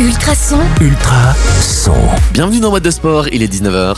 Ultrason. Ultrason. Bienvenue dans What de Sport, il est 19h.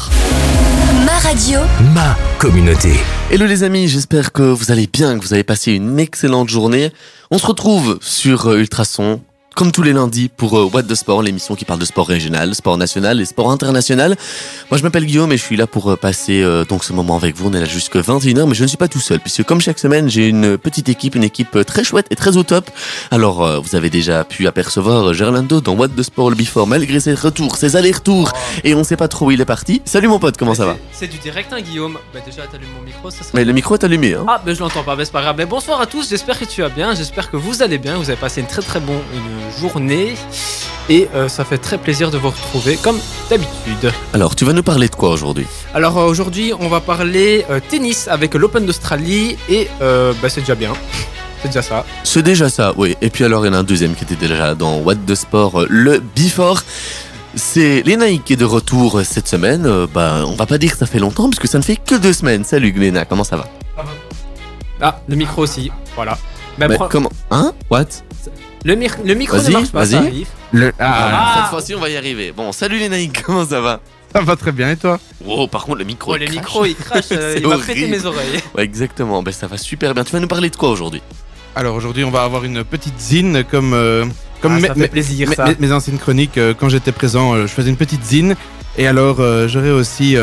Ma radio. Ma communauté. Hello les amis, j'espère que vous allez bien, que vous avez passé une excellente journée. On se retrouve sur Ultrason, comme tous les lundis, pour What de Sport, l'émission qui parle de sport régional, sport national et sport international. Moi je m'appelle Guillaume et je suis là pour passer donc ce moment avec vous. On est là jusqu'à 21h, mais je ne suis pas tout seul, puisque comme chaque semaine, j'ai une petite équipe, une équipe très chouette et très au top. Alors vous avez déjà pu apercevoir Gerlando dans What de Sport le Before, malgré ses retours, ses allers-retours, et on ne sait pas trop où il est parti. Salut mon pote, comment ça va? C'est du direct, hein, Guillaume. Déjà, t'allumes mon micro, ça serait... Mais le micro est allumé, hein. Ah, je l'entends pas, c'est pas grave. Mais bonsoir à tous, j'espère que tu vas bien, j'espère que vous allez bien, vous avez passé une très bonne journée. Et ça fait très plaisir de vous retrouver comme d'habitude. Alors, tu vas nous parler de quoi aujourd'hui? Alors aujourd'hui, on va parler tennis avec l'Open d'Australie et c'est déjà bien. C'est déjà ça. C'est déjà ça, oui. Et puis alors, il y en a un deuxième qui était déjà dans What de Sport, le Before. C'est Léna qui est de retour cette semaine. On va pas dire que ça fait longtemps, puisque ça ne fait que 2 semaines. Salut Léna, comment ça va? Ah, le micro aussi, voilà. Mais comment? Hein? What? Le micro ne marche pas, ça arrive. Cette fois-ci, on va y arriver. Bon, salut Lénaïque, comment ça va? Ça va très bien, et toi? Wow, par contre, le micro, le micro, il crache, il m'a pété mes oreilles. Ouais, exactement, ça va super bien. Tu vas nous parler de quoi aujourd'hui? Alors aujourd'hui, on va avoir une petite zine comme ça fait plaisir, ça. mes anciennes chroniques, quand j'étais présent, je faisais une petite zine. Et alors, j'aurai aussi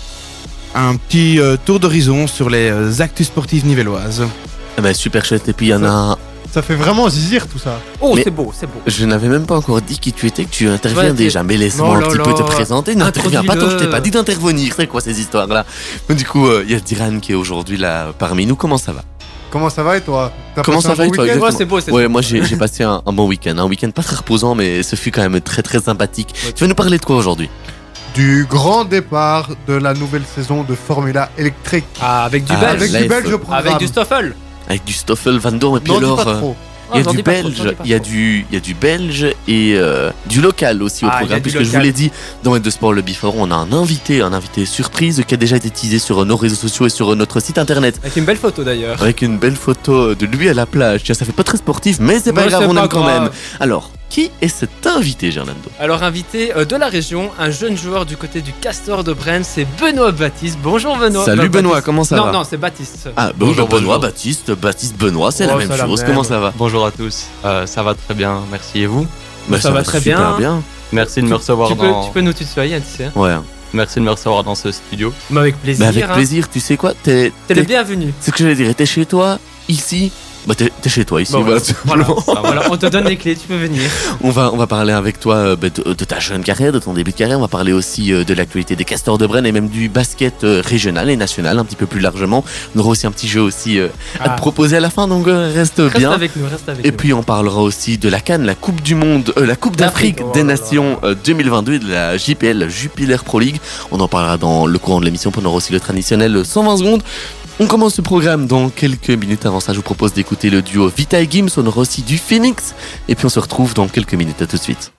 un petit tour d'horizon sur les actus sportives nivelloises. Super chouette, et puis il y en a... Ça fait vraiment zizir tout ça. Oh, mais c'est beau. Je n'avais même pas encore dit qui tu étais, que tu interviens déjà. Mais laisse-moi un petit peu te présenter. N'interviens pas tant que je t'ai pas dit d'intervenir. C'est quoi ces histoires-là? Du coup, il y a Diran qui est aujourd'hui là parmi nous. Comment ça va? Comment ça va et toi? Comment ça va et toi? Ouais, c'est beau. Ouais, moi j'ai passé un bon week-end. Un week-end pas très reposant, mais ce fut quand même très sympathique. Ouais. Tu vas nous parler de quoi aujourd'hui? Du grand départ de la nouvelle saison de Formula électrique. Ah, avec du belge. Avec du belge au programme. Avec du Stoffel. Avec du Stoffel, Van Dorn, et puis non, alors... Dis pas trop. Il y a du belge, il y a du belge et du local aussi au programme, puisque je vous l'ai dit dans What de Sport le Before, on a un invité surprise qui a déjà été teasé sur nos réseaux sociaux et sur notre site internet. Avec une belle photo d'ailleurs. Avec une belle photo de lui à la plage. Tiens, ça fait pas très sportif, mais c'est pas grave, on aime quand même. Alors, qui est cet invité, Gerlando? Alors, invité de la région, un jeune joueur du côté du Castor de Brenne, c'est Benoît Baptiste. Bonjour Benoît. Salut Benoît, comment ça va? Non, c'est Baptiste. Ah, bonjour Benoît, Baptiste Benoît, c'est la même chose. Comment ça va? Bonjour à tous, ça va très bien, merci. Et vous? Ça va très bien. Merci de me recevoir Tu peux nous tutoyer, tu sais. Ouais. Merci de me recevoir dans ce studio. Mais avec plaisir. Avec plaisir, tu sais quoi? T'es le bienvenu. C'est ce que j'allais dire, t'es chez toi, ici. T'es chez toi ici. Bon, voilà, on te donne les clés, tu peux venir. On va parler avec toi de ta jeune carrière, de ton début de carrière. On va parler aussi de l'actualité des Castors de Brenne et même du basket régional et national un petit peu plus largement. On aura aussi un petit jeu aussi à te proposer à la fin, donc reste bien. Reste avec nous. Et puis on parlera aussi de la CAN, la Coupe du Monde, la Coupe d'Afrique des Nations 2022 et de la JPL, Jupiler Pro League. On en parlera dans le courant de l'émission. On aura aussi le traditionnel 120 secondes. On commence ce programme dans quelques minutes. Avant ça, je vous propose d'écouter le duo Vita et Gims. On aura aussi du Phoenix. Et puis on se retrouve dans quelques minutes. À tout de suite.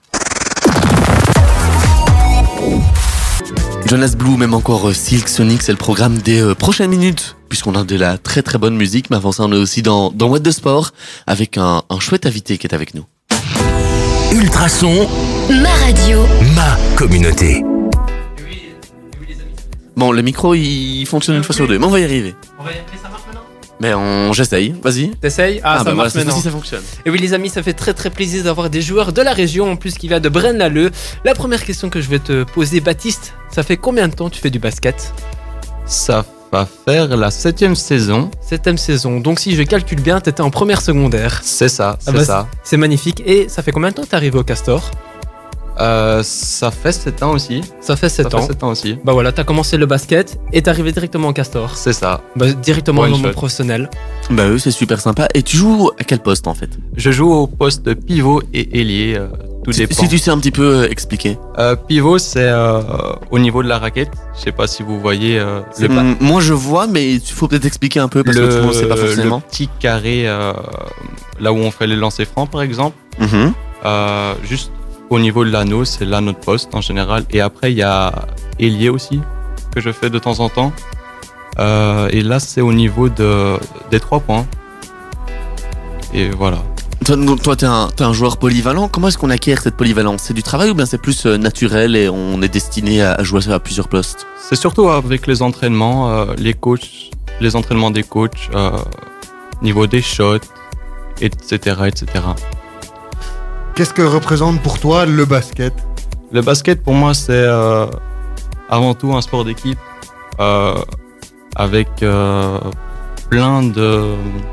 Jonas Blue, même encore Silk Sonic, c'est le programme des prochaines minutes. Puisqu'on a de la très bonne musique. Mais avant ça, on est aussi dans What de Sport avec un chouette invité qui est avec nous. Ultrason. Ma radio. Ma communauté. Bon, le micro, il fonctionne une fois sur deux, mais on va y arriver. Ça marche maintenant? J'essaye, vas-y. T'essayes? Ça marche maintenant. Si ça fonctionne. Et oui les amis, ça fait très plaisir d'avoir des joueurs de la région, en plus qui vient de Braine-l'Alleud. La première question que je vais te poser, Baptiste, ça fait combien de temps tu fais du basket? Ça va faire la 7e saison. 7e saison, donc si je calcule bien, t'étais en première secondaire. C'est ça, ça. C'est magnifique. Et ça fait combien de temps que t'es arrivé au Castor? Ça fait 7 ans aussi. Ça fait 7 ans. 7 ans aussi. Bah voilà, t'as commencé le basket et t'es arrivé directement au Castor. C'est ça. Directement dans le monde professionnel. Oui, c'est super sympa. Et tu joues à quel poste en fait? Je joue au poste pivot et ailier. Tout dépend. Si tu sais un petit peu expliquer. Pivot, c'est au niveau de la raquette. Je sais pas si vous voyez. Moi je vois, mais il faut peut-être expliquer un peu parce que tout le monde sait pas forcément. Le petit carré là où on fait les lancers francs par exemple. Juste au niveau de l'anneau, c'est l'anneau de poste en général. Et après, il y a ailier aussi, que je fais de temps en temps. Et là, c'est au niveau des 3 points. Et voilà. Toi, t'es un joueur polyvalent. Comment est-ce qu'on acquiert cette polyvalence? C'est du travail ou bien c'est plus naturel et on est destiné à jouer à plusieurs postes? C'est surtout avec les entraînements, les coachs, les entraînements des coachs, niveau des shots, etc., etc. Qu'est-ce que représente pour toi le basket? Le basket, pour moi, c'est avant tout un sport d'équipe avec plein de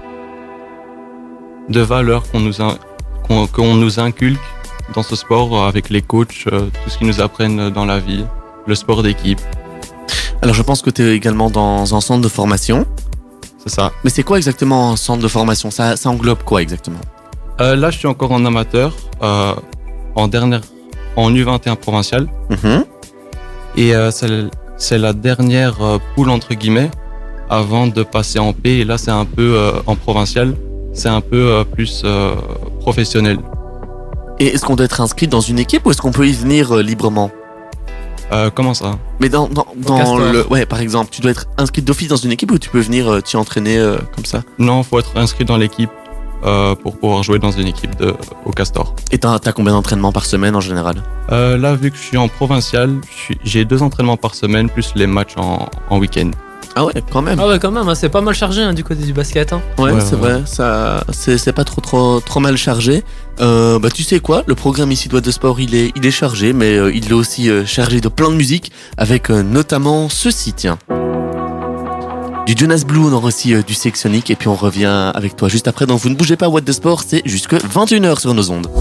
valeurs qu'on nous inculque dans ce sport avec les coachs, tout ce qu'ils nous apprennent dans la vie, le sport d'équipe. Alors je pense que tu es également dans un centre de formation. C'est ça. Mais c'est quoi exactement un centre de formation? Ça englobe quoi exactement? Là, je suis encore en amateur, en U21 provincial. Et c'est la dernière poule entre guillemets avant de passer en P. Et là, c'est un peu en provincial, c'est un peu plus professionnel. Et est-ce qu'on doit être inscrit dans une équipe ou est-ce qu'on peut y venir librement? Comment ça? Mais dans ouais, par exemple, tu dois être inscrit d'office dans une équipe ou tu peux venir t'y entraîner comme ça? Non, faut être inscrit dans l'équipe pour pouvoir jouer dans une équipe au Castor. Et t'as combien d'entraînements par semaine en général? Là, vu que je suis en provincial, j'ai 2 entraînements par semaine plus les matchs en week-end. Ah ouais, quand même. Ah ouais, quand même, hein, c'est pas mal chargé du côté du basket. Ouais, c'est vrai, ça, c'est pas trop mal chargé. Tu sais quoi, le programme ici de What the Sport, il est chargé, mais il est aussi chargé de plein de musique, avec notamment ceci, tiens. Du Jonas Blue, on aura aussi du Sexonic, et puis on revient avec toi juste après. Donc vous ne bougez pas, What the Sport, c'est jusque 21h sur nos ondes.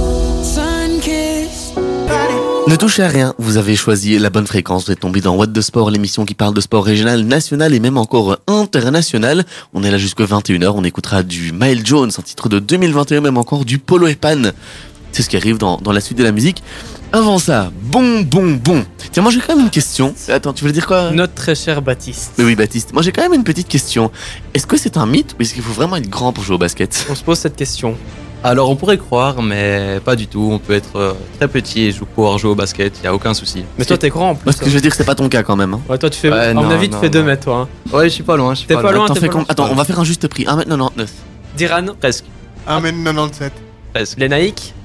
Ne touchez à rien, vous avez choisi la bonne fréquence, vous êtes tombé dans What the Sport, l'émission qui parle de sport régional, national et même encore international. On est là jusque 21h, on écoutera du Miles Jones, un titre de 2021, même encore du Polo et Pan. C'est ce qui arrive dans la suite de la musique. Avant ça, bon. Tiens, moi j'ai quand même une question. Attends, tu voulais dire quoi? Notre très cher Baptiste. Mais oui, Baptiste, moi j'ai quand même une petite question. Est-ce que c'est un mythe ou est-ce qu'il faut vraiment être grand pour jouer au basket? On se pose cette question. Alors on pourrait croire, mais pas du tout. On peut être très petit et pouvoir jouer au basket, il n'y a aucun souci. Mais toi t'es grand en plus. Parce que je veux dire que c'est pas ton cas quand même. Hein. Ouais, toi tu fais, à mon avis tu fais 2 mètres toi. Ouais, je suis pas loin. T'es pas loin. Attends, on va faire un juste prix, 1m99. Diran? Presque. 1m97. Presque. Les Naïk?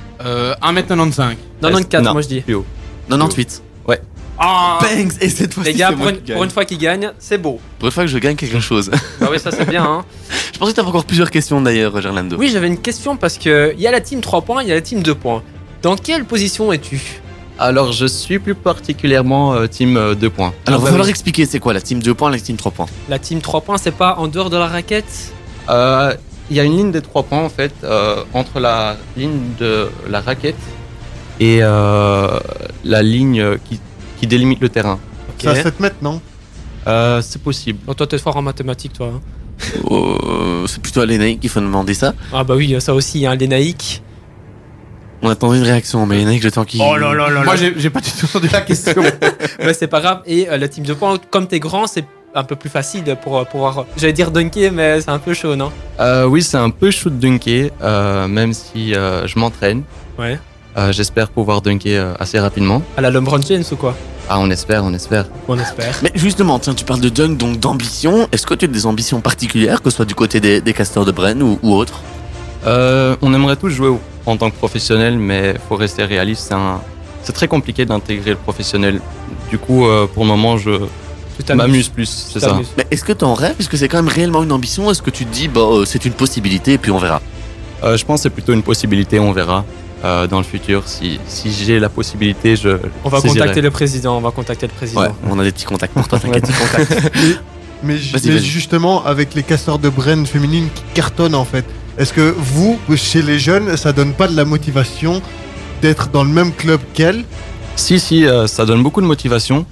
1m95. 94 Non, moi je dis. plus haut. 98. Ouais. Ah Bangs. Et cette fois-ci les gars, c'est moi qui gagne. pour une fois qu'ils gagnent, c'est beau. Pour une fois que je gagne quelque chose. Bah oui, ça c'est bien hein. Je pensais que t'avais encore plusieurs questions d'ailleurs, Gerlando. Oui, j'avais une question parce que il y a la team 3 points, il y a la team 2 points. Dans quelle position es-tu? Alors je suis plus particulièrement team 2 points. Alors bah va falloir oui. expliquer c'est quoi la team 2 points et la team 3 points. La team 3 points, c'est pas en dehors de la raquette? Il y a une ligne des 3 points en fait entre la ligne de la raquette et la ligne qui délimite le terrain. C'est à 7 mètres, non? C'est possible. Oh, toi t'es fort en mathématiques toi. Hein. C'est plutôt à l'ENAIC qu'il faut demander ça. Ah bah oui, ça aussi, hein, les Naïk. On attendait une réaction, mais l'ENAIC, j'attends qu'il... Oh là là là Moi, là. j'ai pas du tout entendu la question. Ouais, c'est pas grave. Et la team 2 points, comme t'es grand, c'est un peu plus facile pour pouvoir. J'allais dire dunker, mais c'est un peu chaud, non? Oui, c'est un peu chaud de dunker, même si je m'entraîne. Ouais. J'espère pouvoir dunker assez rapidement. À la LeBron James ou quoi? Ah, on espère. On espère. Mais justement, tiens, tu parles de dunk, donc d'ambition. Est-ce que tu as des ambitions particulières, que ce soit du côté des Castors de Bren ou autre? On aimerait tous jouer en tant que professionnel, mais faut rester réaliste. C'est très compliqué d'intégrer le professionnel. Du coup, pour le moment, je m'amuse plus, c'est ça. Mais est-ce que tu en rêves? Est-ce que c'est quand même réellement une ambition? Est-ce que tu te dis, c'est une possibilité et puis on verra? Je pense que c'est plutôt une possibilité, on verra. Dans le futur, si j'ai la possibilité, On va saisirai. contacter le président. Ouais, on a des petits contacts pour toi, t'inquiète. Mais Vas-y. justement, avec les Castors de Bren féminines qui cartonnent en fait, est-ce que vous, chez les jeunes, ça donne pas de la motivation d'être dans le même club qu'elles? Si, ça donne beaucoup de motivation.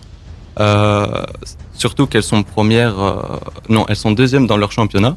Surtout qu'elles sont premières... non, elles sont deuxièmes dans leur championnat.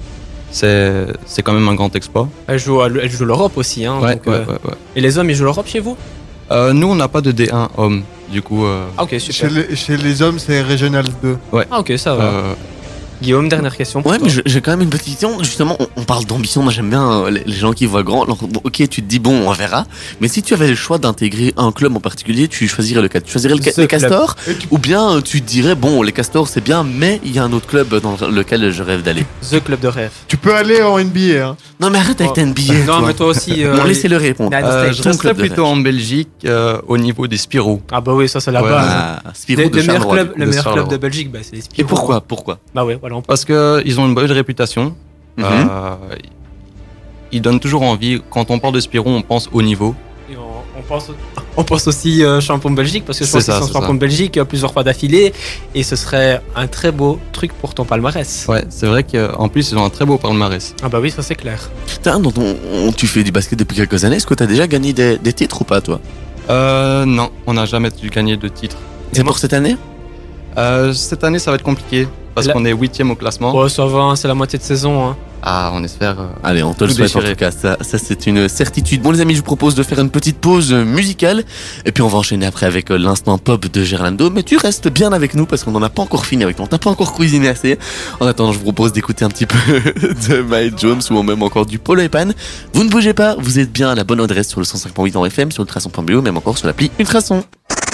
C'est quand même un grand exploit. Elle joue l'Europe aussi. Hein, Ouais, donc, ouais. Et les hommes, ils jouent l'Europe chez vous? Nous, on n'a pas de D1 homme. Du coup... Ah ok, super. Chez les hommes, c'est Regional 2. ouais. Ah ok, ça va. Guillaume, dernière question. Pour Ouais, toi. mais j'ai quand même une petite question. Justement, on parle d'ambition. Moi, j'aime bien les gens qui voient grand. Alors, bon, ok, tu te dis, bon, on verra. Mais si tu avais le choix d'intégrer un club en particulier, tu choisirais lequel? Tu choisirais Ce les club. Castors? Ou bien tu te dirais, bon, les Castors, c'est bien, mais il y a un autre club dans lequel je rêve d'aller. The Club de rêve. Tu peux aller en NBA. Hein. Non, mais arrête avec ta NBA. Non, toi. mais toi aussi. Bon, laissez-le répondre. United States. Je Ton resterais club de plutôt rêve. en Belgique au niveau des Spirou. Ah bah oui, ça c'est la Ouais. base. Ah, Spirou Le de meilleur Charleroi. club, le de meilleur club Charleroi. de Belgique, bah, c'est les Et Spirou. pourquoi? Bah ouais, voilà. Parce qu'ils ont une bonne réputation. Mhm. Ils donnent toujours envie. Quand on parle de Spirou, on pense haut niveau. Et on pense aussi champion de Belgique, parce que je C'est pense qu'ils ça, sont c'est champions ça. de Belgique plusieurs fois d'affilée. Et ce serait un très beau truc pour ton palmarès. Ouais, c'est vrai qu'en plus, ils ont un très beau palmarès. Ah bah oui, ça c'est clair. Putain, tu fais du basket depuis quelques années. Est-ce que tu as déjà gagné des titres ou pas, toi? Non, on n'a jamais dû gagner de titre. C'est pour cette année? Cette année, ça va être compliqué. Parce Là- qu'on est 8ème au classement. Oh, ça va, hein, c'est la moitié de saison. Hein. Ah, on espère. Allez, on te le Tout souhaite en déchiré. tout cas, ça c'est une certitude. Bon les amis, je vous propose de faire une petite pause musicale et puis on va enchaîner après avec l'instant pop de Gerlando. Mais tu restes bien avec nous parce qu'on n'en a pas encore fini avec toi, on t'a pas encore cuisiné assez. En attendant, je vous propose d'écouter un petit peu de Mike Jones ou même encore du Polo et Pan. Vous ne bougez pas, vous êtes bien à la bonne adresse sur le 105.8 en FM, sur ultrason.bo, même encore sur l'appli Ultrason.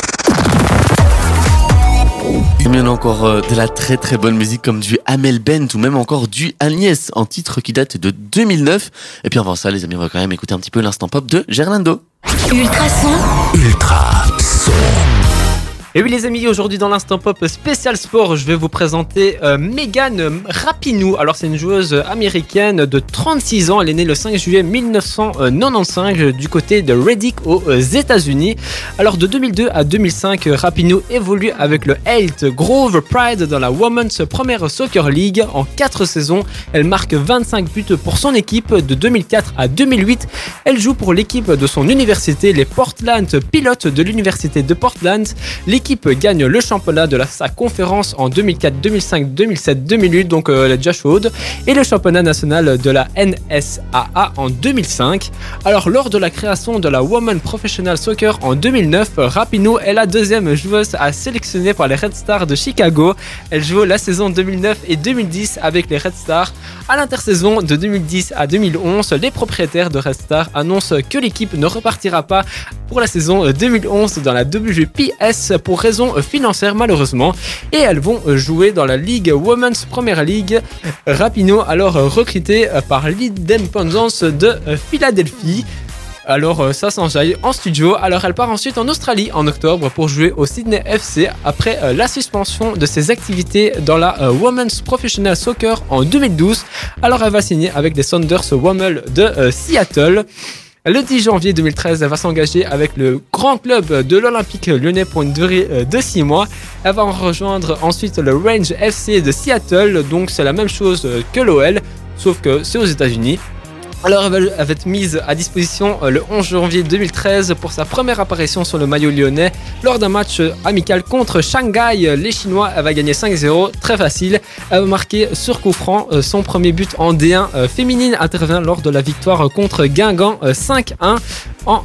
Il y en a encore de la très très bonne musique comme du Amel Bent ou même encore du Agnès, un titre qui date de 2009. Et puis avant ça les amis, on va quand même écouter un petit peu l'instant pop de Gerlando. Ultrason, Ultrason. Et oui les amis, aujourd'hui dans l'instant pop spécial sport, je vais vous présenter Megan Rapinoe. Alors c'est une joueuse américaine de 36 ans, elle est née le 5 juillet 1995 du côté de Reddick aux États-Unis. Alors de 2002 à 2005, Rapinoe évolue avec le Health Grove Pride dans la Women's Premier Soccer League. En 4 saisons, elle marque 25 buts pour son équipe. De 2004 à 2008, elle joue pour l'équipe de son université, les Portland Pilots de l'université de Portland. L'équipe gagne le championnat de sa conférence en 2004, 2005, 2007, 2008, donc elle est déjà chaude, et le championnat national de la NSAA en 2005. Alors lors de la création de la Women Professional Soccer en 2009, Rapinoe est la deuxième joueuse à sélectionner par les Red Stars de Chicago. Elle joue la saison 2009 et 2010 avec les Red Stars. À l'intersaison de 2010 à 2011, les propriétaires de Red Stars annoncent que l'équipe ne repartira pas pour la saison 2011 dans la WPS pour raisons financières malheureusement, et elles vont jouer dans la Ligue Women's Premier League. Rapinoe alors recrutée par l'Independence de Philadelphie. Alors ça s'enjaille en studio. Alors elle part ensuite en Australie en octobre pour jouer au Sydney FC après la suspension de ses activités dans la Women's Professional Soccer en 2012. Alors elle va signer avec les Sounders Women de Seattle. Le 10 janvier 2013, elle va s'engager avec le grand club de l'Olympique Lyonnais pour une durée de 6 mois. Elle va en rejoindre ensuite le Range FC de Seattle, donc c'est la même chose que l'OL, sauf que c'est aux États-Unis. Alors elle va être mise à disposition le 11 janvier 2013 pour sa première apparition sur le maillot lyonnais lors d'un match amical contre Shanghai. Les Chinois, elle va gagner 5-0, très facile. Elle va marquer sur coup franc son premier but en D1 féminine, intervient lors de la victoire contre Guingamp 5-1 en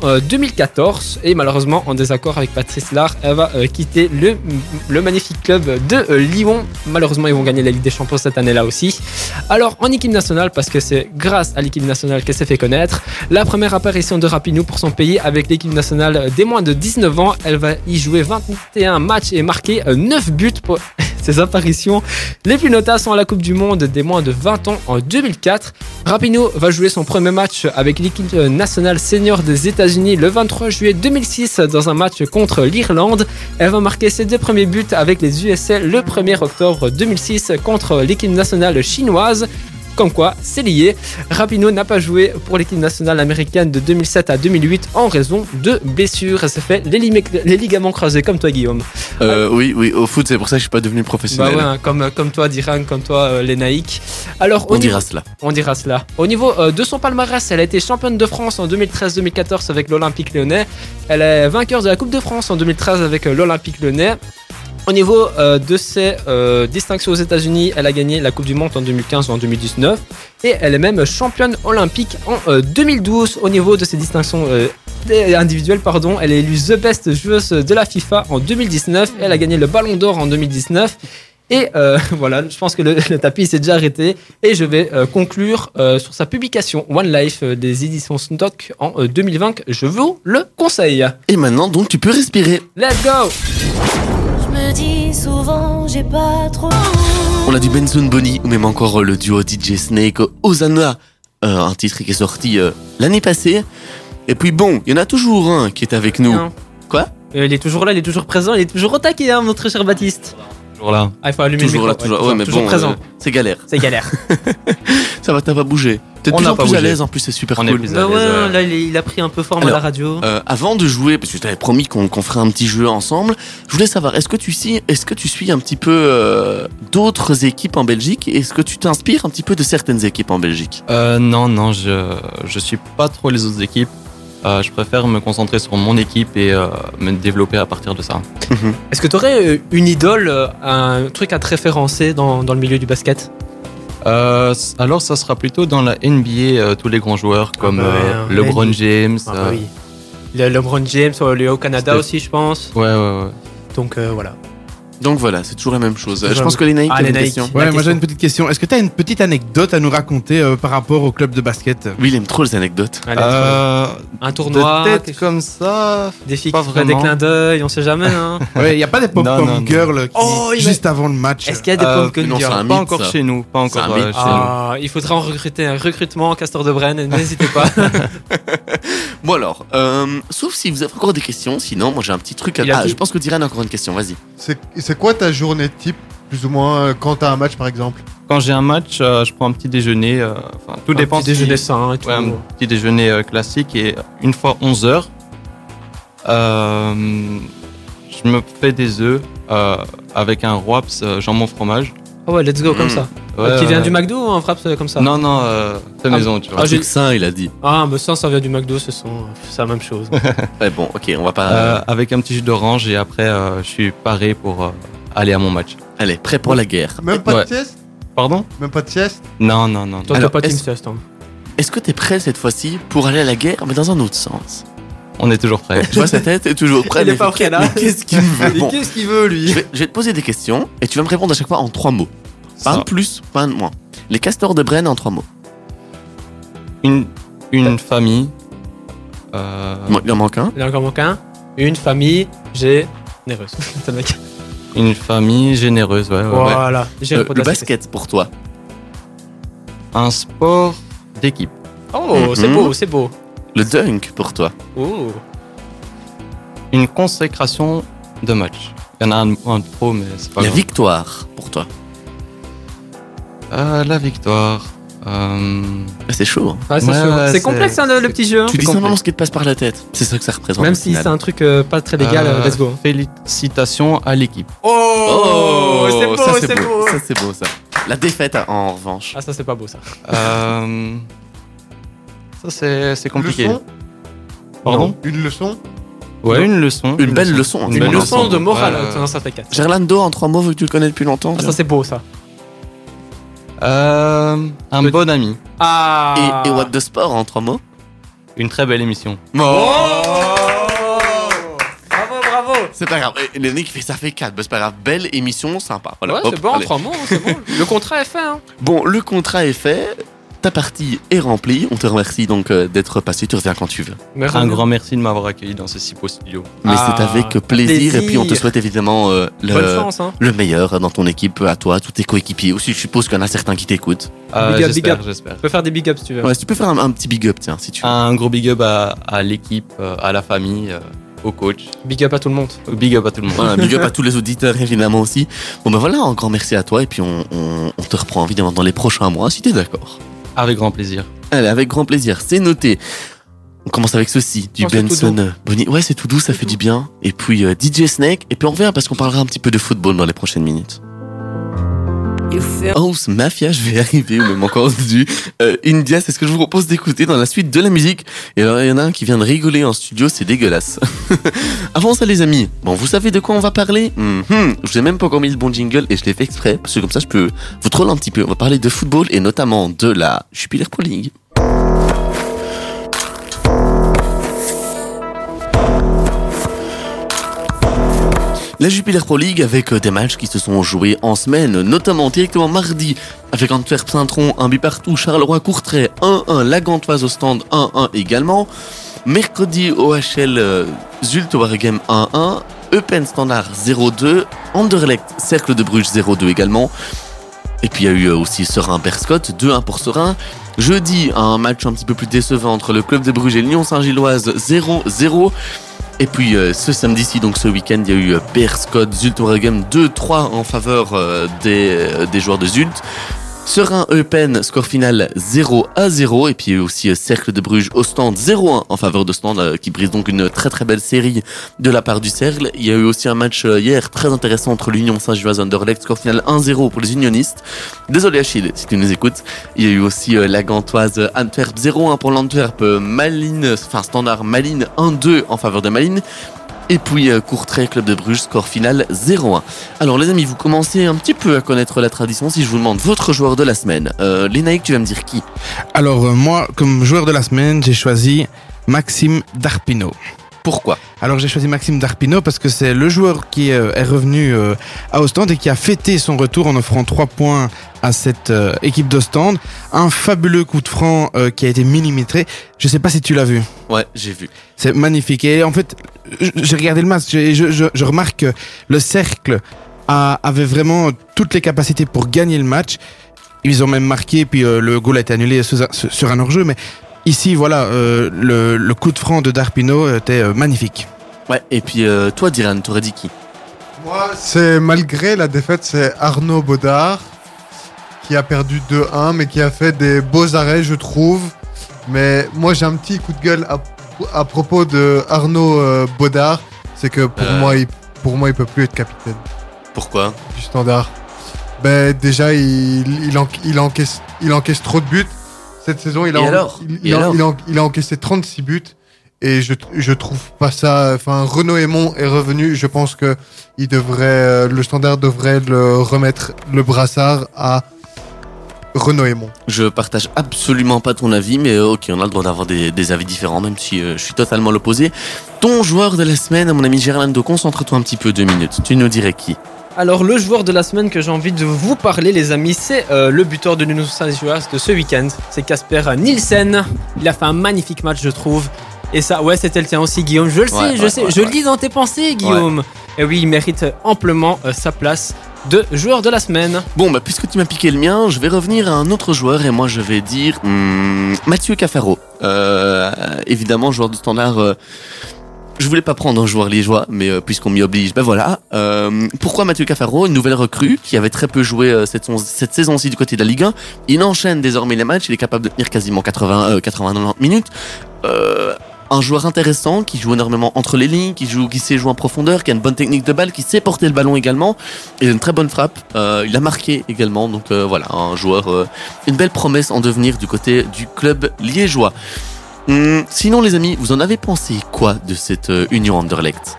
2014. Et malheureusement en désaccord avec Patrice Lahr, elle va quitter le magnifique club de Lyon. Malheureusement ils vont gagner la Ligue des Champions cette année-là aussi. Alors en équipe nationale, parce que c'est grâce à l'équipe nationale qu'elle s'est fait connaître, la première apparition de Rapinoe pour son pays avec l'équipe nationale des moins de 19 ans, elle va y jouer 21 matchs et marquer 9 buts pour ses apparitions les plus notables sont à la Coupe du Monde des moins de 20 ans en 2004. Rapinoe va jouer son premier match avec l'équipe nationale senior des États-Unis le 23 juillet 2006 dans un match contre l'Irlande. Elle va marquer ses 2 premiers buts avec les USA le 1er octobre 2006 contre l'équipe nationale chinoise. Comme quoi, c'est lié. Rapinoe n'a pas joué pour l'équipe nationale américaine de 2007 à 2008 en raison de blessures. Elle s'est fait les ligaments croisés, comme toi, Guillaume. Oui, au foot, c'est pour ça que je suis pas devenu professionnel. Bah ouais, comme toi, Diran, comme toi, les Naïcs. Alors, On dira cela. On dira cela. Au niveau de son palmarès, elle a été championne de France en 2013-2014 avec l'Olympique Lyonnais. Elle est vainqueur de la Coupe de France en 2013 avec l'Olympique Lyonnais. Au niveau de ses distinctions aux États-Unis, elle a gagné la Coupe du Monde en 2015 ou en 2019 et elle est même championne olympique en 2012. Au niveau de ses distinctions individuelles, elle est élue The Best joueuse de la FIFA en 2019. Elle a gagné le Ballon d'Or en 2019 Et voilà, je pense que le tapis s'est déjà arrêté. Et je vais conclure sur sa publication One Life des éditions Stock en 2020. Je vous le conseille. Et maintenant, donc, tu peux respirer. Let's go! Je me dis souvent, j'ai pas trop. On a du Benson Bonnie ou même encore le duo DJ Snake Hosanna, un titre qui est sorti l'année passée. Et puis bon, il y en a toujours un qui est avec nous. Non. Quoi? Il est toujours là, il est toujours présent, il est toujours au taquet, hein, notre cher Baptiste. Toujours là. Ah, il faut allumer Toujours le là, micro. toujours. Ouais, mais toujours bon, présent. c'est galère. C'est galère. Ça va, t'as pas bougé. T'es On toujours n'a pas plus à bougé. l'aise, en plus c'est super On est cool. plus à Bah l'aise, ouais, là il a pris un peu forme à Alors, la radio. Avant de jouer, parce que je t'avais promis qu'on ferait un petit jeu ensemble, je voulais savoir, est-ce que tu suis un petit peu d'autres équipes en Belgique? Est-ce que tu t'inspires un petit peu de certaines équipes en Belgique? Non, je suis pas trop les autres équipes. Je préfère me concentrer sur mon équipe et me développer à partir de ça. Est-ce que tu aurais une idole, un truc à te référencer dans le milieu du basket? Alors, ça sera plutôt dans la NBA, tous les grands joueurs comme bah ouais, LeBron NBA. James. Ah bah oui. Le LeBron James, le au Canada Steph. aussi, je pense. Ouais. Donc voilà. Donc voilà, c'est toujours la même chose. Toujours Je la pense même- que les Naïcs, Ah, t'avais les une Naïcs. question. La Ouais, moi question. j'ai une petite question. Est-ce que tu as une petite anecdote à nous raconter par rapport au club de basket? Oui, il aime trop les anecdotes. Allez, un De tournoi, tête quelque- comme ça. des filles pas qui feraient des vraiment. clins d'œil, on sait jamais. Hein. Ouais, il n'y a pas des Non, pop-up non. girls qui, Oh, il juste avant le match. Est-ce qu'il y a des Euh, pumpkin non, c'est girls? un Pas mythe, encore ça. chez nous. Pas encore C'est un mythe. chez nous. Ah, il faudra en recruter un recrutement Castor de Brenne, n'hésitez pas. Bon alors, sauf si vous avez encore des questions, sinon moi j'ai un petit truc à... Il a Ah, tout. je pense que Diran a encore une question, vas-y. C'est quoi ta journée type, plus ou moins, quand t'as un match par exemple? Quand j'ai un match, je prends un petit déjeuner. Tout dépend. Un petit déjeuner si- sain et tout. Ouais, un petit déjeuner classique et une fois 11h, je me fais des œufs avec un Roaps jambon fromage. Ah ouais, let's go comme ça. Ouais, Qui vient ouais. du McDo ou un frappe comme ça? Non, fait maison, tu vois. Ah, j'ai- Truc sain, il a dit. Ah, mais ça vient du McDo, c'est la même chose. Ouais, bon, ok, on va pas... Avec un petit jus d'orange et après, je suis paré pour aller à mon match. Allez, prêt pour la guerre. Même pas Ouais. de sieste? Pardon? Même pas de sieste? Non. Toi, t'as Alors, pas team est-ce- sieste, hein. Est-ce que t'es prêt cette fois-ci pour aller à la guerre, mais dans un autre sens? On est toujours prêt. Tu vois sa tête est toujours prêt. Il est mais pas prêt, là. mais qu'est-ce qu'il me veut? Mais Bon, qu'est-ce qu'il veut, lui? je vais te poser des questions et tu vas me répondre à chaque fois en 3 mots. Pas un Ça. de plus, pas un de moins. Les castors de Brenne en 3 mots. Une famille. Bon, il en manque un. Il y en a encore manqué un. Une famille généreuse. C'est le mec. Une famille généreuse, ouais. Voilà. J'ai répondu Le à cette basket pour toi. Un sport d'équipe. question. Oh, c'est Mhm. beau, c'est beau. Le dunk pour toi. Oh. Une consécration de match. Il y en a un de trop, mais c'est pas La grave. victoire pour toi. La victoire. Ah, c'est chaud. Hein. Ah, c'est Ouais, sûr. ouais, C'est c'est- complexe, hein, le petit jeu. hein. Tu dis complexe. simplement ce qui te passe par la tête. C'est ça que ça représente. Même au si final. c'est un truc pas très légal, let's go. Félicitations à l'équipe. Oh, c'est beau, ça, c'est beau. Ça c'est beau ça. La défaite en revanche. Ah, ça, c'est pas beau, ça. Ça, c'est compliqué. Leçon? Pardon? Une leçon? Ouais, une leçon. Une belle leçon. hein, Une c'est Une bon leçon ensemble. de morale, Ouais. non, ça fait 4. Gerlando en 3 mots vu que tu le connais depuis longtemps. Ah, ça, c'est beau, ça. Un bon ami. Ah. Et What the Sport en 3 mots. Une très belle émission. Bravo, bravo. C'est pas grave. Et Lenny qui fait ça fait 4. C'est pas grave. Belle émission, sympa. Voilà. Ouais, Hop, c'est bon, en allez. 3 mots, hein, c'est bon. Le contrat est fait, hein. Bon, le contrat est fait. Ta partie est remplie. On te remercie donc d'être passé. Tu reviens quand tu veux. Merci. Un grand merci de m'avoir accueilli dans ce si beau studio. Mais Ah, c'est avec plaisir. Et puis on te plaisir. souhaite évidemment Bonne chance, hein. le meilleur dans ton équipe, à toi, tous tes coéquipiers. Aussi, je suppose qu'il y en a certains qui t'écoutent. Big up, big J'espère, up. j'espère. Tu peux faire des big ups si tu veux. Ouais, si tu peux faire un petit big up, tiens, si tu veux. Un gros big up à l'équipe, à la famille, au coach. Big up à tout le monde. Big up à tout le monde. Voilà, big up à tous les auditeurs évidemment aussi. Bon ben voilà, un grand merci à toi et puis on te reprend évidemment dans les prochains mois si t'es d'accord. Avec grand plaisir. Allez, avec grand plaisir, c'est noté. On commence avec ceci, du Oh, c'est tout Benson Bonnie. Ouais, c'est tout doux, ça fait du bien. Et puis DJ Snake, et puis on revient parce qu'on parlera un petit peu de football dans les prochaines minutes. House Mafia, je vais y arriver, ou même encore du India, c'est ce que je vous propose d'écouter dans la suite de la musique. Et alors, il y en a un qui vient de rigoler en studio, c'est dégueulasse. Avant ça, les amis, bon, vous savez de quoi on va parler? Je vous ai même pas encore mis le bon jingle et je l'ai fait exprès, parce que comme ça, je peux vous troller un petit peu. On va parler de football et notamment de la Jupiler Pro League. La Jupiler Pro League avec des matchs qui se sont joués en semaine, notamment directement mardi avec Antwerp Saint-Tron, 1 but partout, Charleroi-Courtrai 1-1, La Gantoise au stand 1-1 également. Mercredi OHL Zulte Waregem 1-1, Eupen Standard 0-2, Anderlecht Cercle de Bruges 0-2 également. Et puis il y a eu aussi Serein-Berscott 2-1 pour Serein. Jeudi, un match un petit peu plus décevant entre le Club de Bruges et Lyon Saint-Gilloise 0-0. Et puis ce samedi-ci, donc ce week-end, il y a eu Berscott Zulte Waregem 2-3 en faveur des joueurs de Zulte. Serein Eupen, score final 0-0. Et puis il y a eu aussi Cercle de Bruges au stand 0-1 en faveur de stand, qui brise donc une très très belle série de la part du Cercle. Il y a eu aussi un match hier très intéressant entre l'Union Saint-Gilloise et Anderlecht, score final 1-0 pour les unionistes. Désolé Achille si tu nous écoutes. Il y a eu aussi la Gantoise Antwerp 0-1 pour l'Antwerp, Standard Malines 1-2 en faveur de Malines. Et puis Courtrai, Club de Bruges, score final 0-1. Alors les amis, vous commencez un petit peu à connaître la tradition. Si je vous demande votre joueur de la semaine, Lénaïque, tu vas me dire qui? Alors moi, comme joueur de la semaine, j'ai choisi Maxime Darpino. Pourquoi? Alors j'ai choisi Maxime Darpino parce que c'est le joueur qui est revenu à Ostende et qui a fêté son retour en offrant 3 points à cette équipe d'Ostende. Un fabuleux coup de franc qui a été millimétré. Je sais pas si tu l'as vu. Ouais, j'ai vu. C'est magnifique. Et en fait, j'ai regardé le match et je remarque que le Cercle avait vraiment toutes les capacités pour gagner le match. Ils ont même marqué, puis le goal a été annulé sur un hors-jeu, mais ici, voilà, le coup de franc de Darpino était magnifique. Ouais, et puis toi, Diran, t'aurais dit qui? Moi, c'est malgré la défaite, c'est Arnaud Baudard qui a perdu 2-1, mais qui a fait des beaux arrêts, je trouve. Mais moi, j'ai un petit coup de gueule à propos de Arnaud Baudard. C'est que pour moi, il peut plus être capitaine. Pourquoi? Du Standard. Ben, déjà, il encaisse trop de buts. Cette saison, il a encaissé 36 buts. Et je trouve pas ça. Enfin, Renaud Aymon est revenu. Je pense que le Standard devrait le remettre le brassard à Renaud Aymon. Je partage absolument pas ton avis, mais ok, on a le droit d'avoir des avis différents, même si je suis totalement l'opposé. Ton joueur de la semaine, mon ami Gerlando, concentre-toi un petit peu 2 minutes. Tu nous dirais qui? Alors le joueur de la semaine que j'ai envie de vous parler, les amis, c'est le buteur de l'Union Saint-Gilloise de ce week-end. C'est Casper Nielsen. Il a fait un magnifique match, je trouve. Et ça, ouais, c'était le tien aussi, Guillaume. Je le sais, je le lis dans tes pensées, Guillaume. Ouais. Et oui, il mérite amplement sa place de joueur de la semaine. Bon, bah puisque tu m'as piqué le mien, je vais revenir à un autre joueur et moi je vais dire Mathieu Cafaro. Évidemment, joueur du Standard. Je voulais pas prendre un joueur liégeois, mais puisqu'on m'y oblige, ben voilà. Pourquoi Mathieu Cafaro, une nouvelle recrue qui avait très peu joué cette saison-ci du côté de la Ligue 1. Il enchaîne désormais les matchs, il est capable de tenir quasiment 80-90 minutes. Un joueur intéressant qui joue énormément entre les lignes, qui sait jouer en profondeur, qui a une bonne technique de balle, qui sait porter le ballon également. Il a une très bonne frappe. Il a marqué également, donc voilà, un joueur, une belle promesse en devenir du côté du club liégeois. Sinon les amis, vous en avez pensé quoi de cette Union Anderlecht?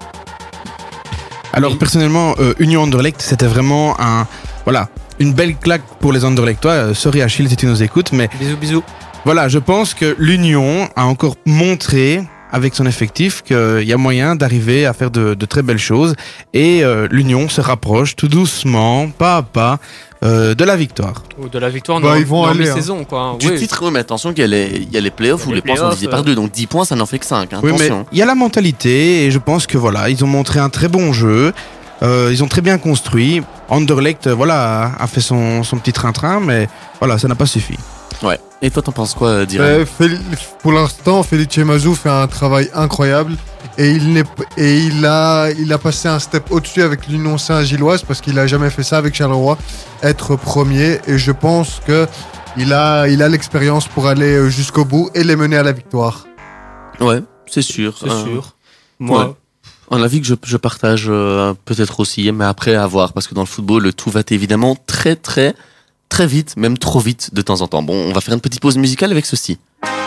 Alors personnellement, Union Anderlecht, c'était vraiment une belle claque pour les Anderlechtois. Sorry Achille si tu nous écoutes, mais bisous. Voilà, je pense que l'Union a encore montré avec son effectif qu'il y a moyen d'arriver à faire de très belles choses et l'Union se rapproche tout doucement, pas à pas, de la victoire. De la victoire ils vont aller mi-saison, quoi. Du titre, oui, mais attention qu'il y a les playoffs où les points sont divisés par 2, donc 10 points ça n'en fait que 5, hein, oui, attention. Mais il y a la mentalité et je pense que voilà, ils ont montré un très bon jeu, ils ont très bien construit. Anderlecht a fait son petit train-train, mais voilà, ça n'a pas suffi. Ouais. Et toi, t'en penses quoi, Diran? Pour l'instant, Felice Mazou fait un travail incroyable et il a passé un step au-dessus avec l'Union Saint-Gilloise parce qu'il a jamais fait ça avec Charleroi, être premier. Et je pense que il a l'expérience pour aller jusqu'au bout et les mener à la victoire. Ouais, c'est sûr. C'est sûr. Moi. Ouais. Un avis que je partage peut-être aussi, mais après à voir, parce que dans le football, le tout va évidemment très très très vite, même trop vite de temps en temps. Bon, on va faire une petite pause musicale avec ceci.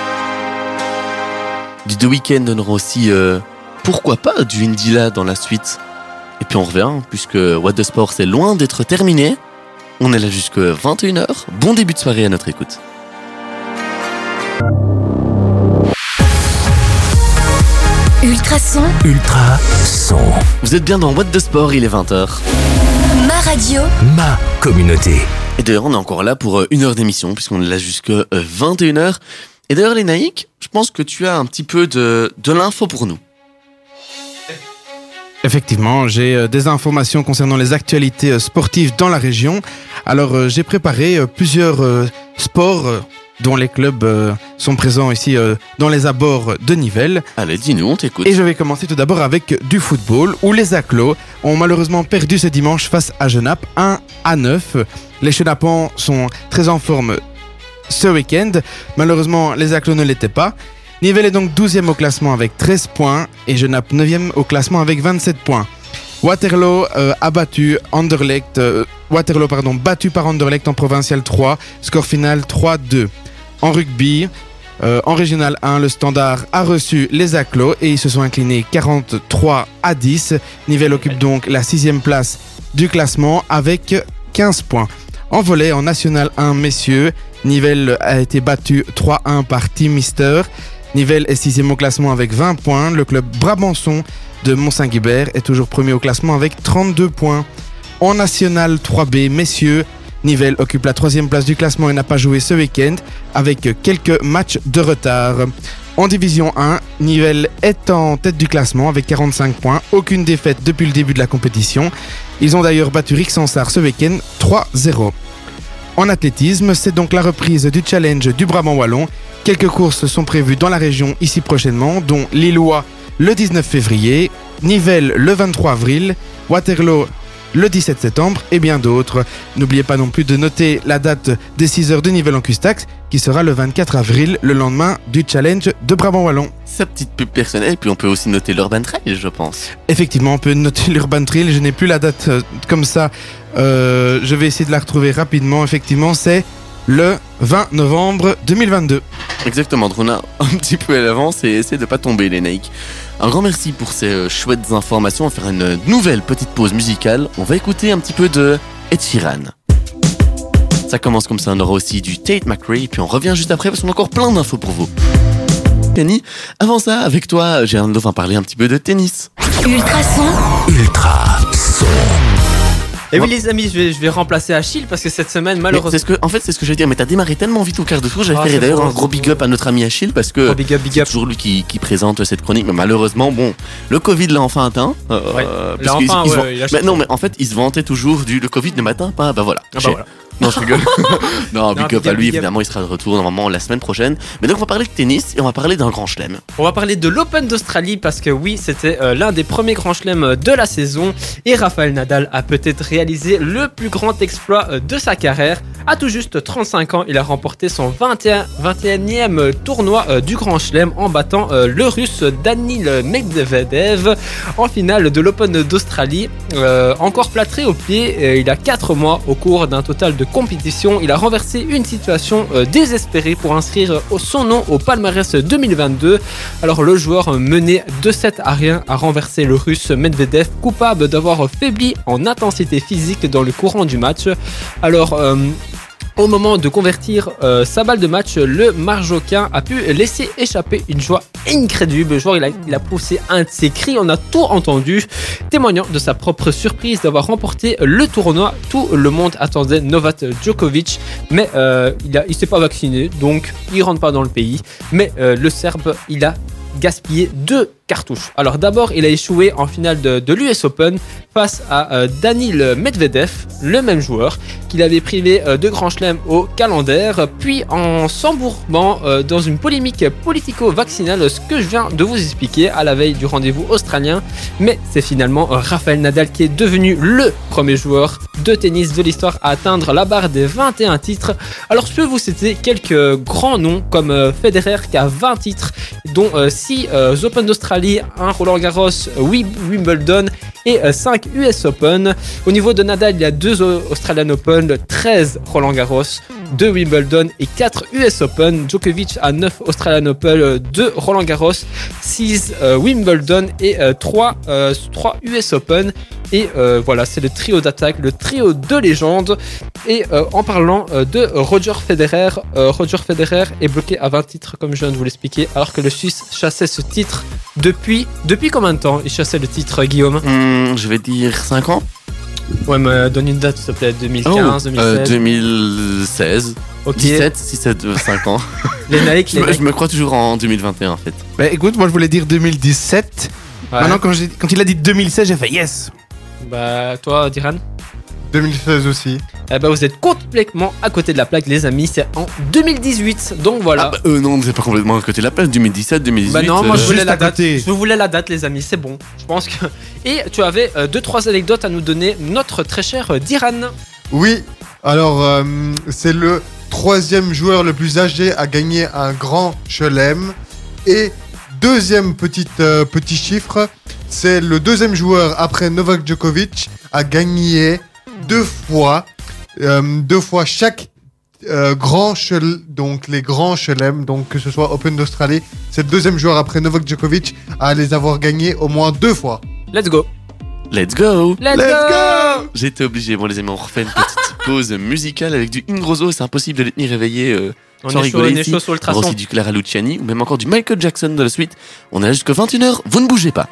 Du The Weeknd, on aura aussi, pourquoi pas, du Indila dans la suite. Et puis on revient, puisque What the Sport, c'est loin d'être terminé. On est là jusque 21h. Bon début de soirée à notre écoute. Ultra Ultrason. Ultrason. Vous êtes bien dans What the Sport, il est 20h. Ma radio. Ma communauté. Et d'ailleurs, on est encore là pour une heure d'émission, puisqu'on est là jusqu'à 21h. Et d'ailleurs, les Naïcs, je pense que tu as un petit peu de l'info pour nous. Effectivement, j'ai des informations concernant les actualités sportives dans la région. Alors, j'ai préparé plusieurs sports dont les clubs sont présents ici dans les abords de Nivelles. Allez, dis-nous, on t'écoute. Et je vais commencer tout d'abord avec du football, où les Aclos ont malheureusement perdu ce dimanche face à Genappe, 1-9. Les Chenapans sont très en forme ce week-end. Malheureusement, les Aclos ne l'étaient pas. Nivelles est donc 12e au classement avec 13 points et Genappe 9e au classement avec 27 points. Waterloo a battu Anderlecht, battu par Anderlecht en Provincial 3, score final 3-2. En rugby, en Régional 1, le Standard a reçu les Aclos et ils se sont inclinés 43-10. Nivelles occupe donc la 6e place du classement avec 15 points. En volley, en National 1, messieurs, Nivelles a été battu 3-1 par Team Mister. Nivelles est 6e au classement avec 20 points. Le club Brabançon de Mont-Saint-Guibert est toujours premier au classement avec 32 points. En National 3B, messieurs, Nivelles occupe la 3e place du classement et n'a pas joué ce week-end avec quelques matchs de retard. En Division 1, Nivelles est en tête du classement avec 45 points. Aucune défaite depuis le début de la compétition. Ils ont d'ailleurs battu Rixensart ce week-end 3-0. En athlétisme, c'est donc la reprise du challenge du Brabant Wallon. Quelques courses sont prévues dans la région ici prochainement, dont Lillois le 19 février, Nivelles le 23 avril, Waterloo le 17 septembre et bien d'autres. N'oubliez pas non plus de noter la date des 6 heures de Nivelles en Custax, qui sera le 24 avril, le lendemain du challenge de Brabant Wallon. Sa petite pub personnelle, et puis on peut aussi noter l'Urban Trail, je pense. Effectivement, on peut noter l'Urban Trail, je n'ai plus la date comme ça, je vais essayer de la retrouver rapidement. Effectivement, c'est le 20 novembre 2022. Exactement, donc on a un petit peu à l'avance et essayer de pas tomber les Naïcs. Un grand merci pour ces chouettes informations. On va faire une nouvelle petite pause musicale. On va écouter un petit peu de Ed Sheeran. Ça commence comme ça, on aura aussi du Tate McRae, puis on revient juste après parce qu'on a encore plein d'infos pour vous. Kenny, avant ça, avec toi, j'ai envie de parler un petit peu de tennis. Ultrason. Ultrason. Et oui les amis, je vais remplacer Achille parce que cette semaine malheureusement... C'est ce que je vais dire, mais t'as démarré tellement vite au quart de tour, j'avais fait d'ailleurs un gros big up à notre ami Achille parce que big up. c'est toujours lui qui présente cette chronique, mais malheureusement, bon, le Covid l'a enfin atteint. Mais en fait, il se vantait toujours le Covid ne m'atteint pas, bah voilà. Voilà. Non, je rigole. Non, big up à lui, évidemment, il sera de retour normalement la semaine prochaine. Mais donc, on va parler de tennis et on va parler d'un grand chelem. On va parler de l'Open d'Australie parce que oui, c'était l'un des premiers grands chelems de la saison et Rafael Nadal a peut-être réalisé le plus grand exploit de sa carrière. À tout juste 35 ans, il a remporté son 21e tournoi du grand chelem en battant le russe Danil Medvedev en finale de l'Open d'Australie. Encore plâtré au pied, il a 4 mois au cours d'un total de compétition, il a renversé une situation désespérée pour inscrire son nom au palmarès 2022. Alors le joueur mené 2-7-1 a renversé le russe Medvedev, coupable d'avoir faibli en intensité physique dans le courant du match. Alors au moment de convertir sa balle de match, le Marocain a pu laisser échapper une joie incrédible. Le joueur il a poussé un de ses cris, on a tout entendu, témoignant de sa propre surprise d'avoir remporté le tournoi. Tout le monde attendait Novak Djokovic, mais il s'est pas vacciné, donc il rentre pas dans le pays. Mais le Serbe, il a gaspillé 2 cartouches. Alors d'abord, il a échoué en finale de l'US Open face à Danil Medvedev, le même joueur qu'il avait privé de Grand Chelem au calendaire, puis en s'embourbant dans une polémique politico-vaccinale, ce que je viens de vous expliquer à la veille du rendez-vous australien. Mais c'est finalement Rafael Nadal qui est devenu le premier joueur de tennis de l'histoire à atteindre la barre des 21 titres. Alors je peux vous citer quelques grands noms comme Federer qui a 20 titres, dont 6 Open d'Australie, 1 Roland Garros, 8 Wimbledon et 5 US Open. Au niveau de Nadal, il y a 2 Australian Open, 13 Roland Garros, 2 Wimbledon et 4 US Open. Djokovic a 9 Australian Open, 2 Roland Garros, 6 Wimbledon et 3 US Open. Et voilà, c'est le trio d'attaque, le trio de légende. Et en parlant de Roger Federer est bloqué à 20 titres, comme je viens de vous l'expliquer, alors que le Suisse chassait ce titre depuis combien de temps il chassait le titre, Guillaume? Je vais dire 5 ans. Ouais, mais donne une date, s'il te plaît. 2015, 2016 2016. Ok. 17, 5 ans. Les Nike, Je me crois toujours en 2021 en fait. Bah écoute, moi je voulais dire 2017. Ouais. Maintenant, quand il a dit 2016, j'ai fait yes. Bah, toi, Diran? 2016 aussi. Eh ben, vous êtes complètement à côté de la plaque, les amis. C'est en 2018. Donc voilà. Non, c'est pas complètement à côté de la place. 2017, 2018. Bah non, moi je voulais juste la à date. côté. Je voulais la date, les amis. C'est bon. Je pense que. Et tu avais 2-3 anecdotes à nous donner, notre très cher Diran. Oui, alors c'est le 3e joueur le plus âgé à gagner un grand chelem. Et deuxième petit chiffre, c'est le 2e joueur après Novak Djokovic à gagner 2 fois chaque grand chelem, donc les grands chelems, donc que ce soit Open d'Australie, c'est le 2e joueur après Novak Djokovic à les avoir gagnés au moins 2 fois. Let's go. Let's go. Let's go. J'ai été obligé. Bon les amis, on refait une petite pause musicale avec du Ingrosso. C'est impossible de les tenir réveillés sans rigoler ici. On est chaud sur le On aura traçon. aussi du Clara Luciani ou même encore du Michael Jackson de la suite. On est là jusqu'à 21h. Vous ne bougez pas.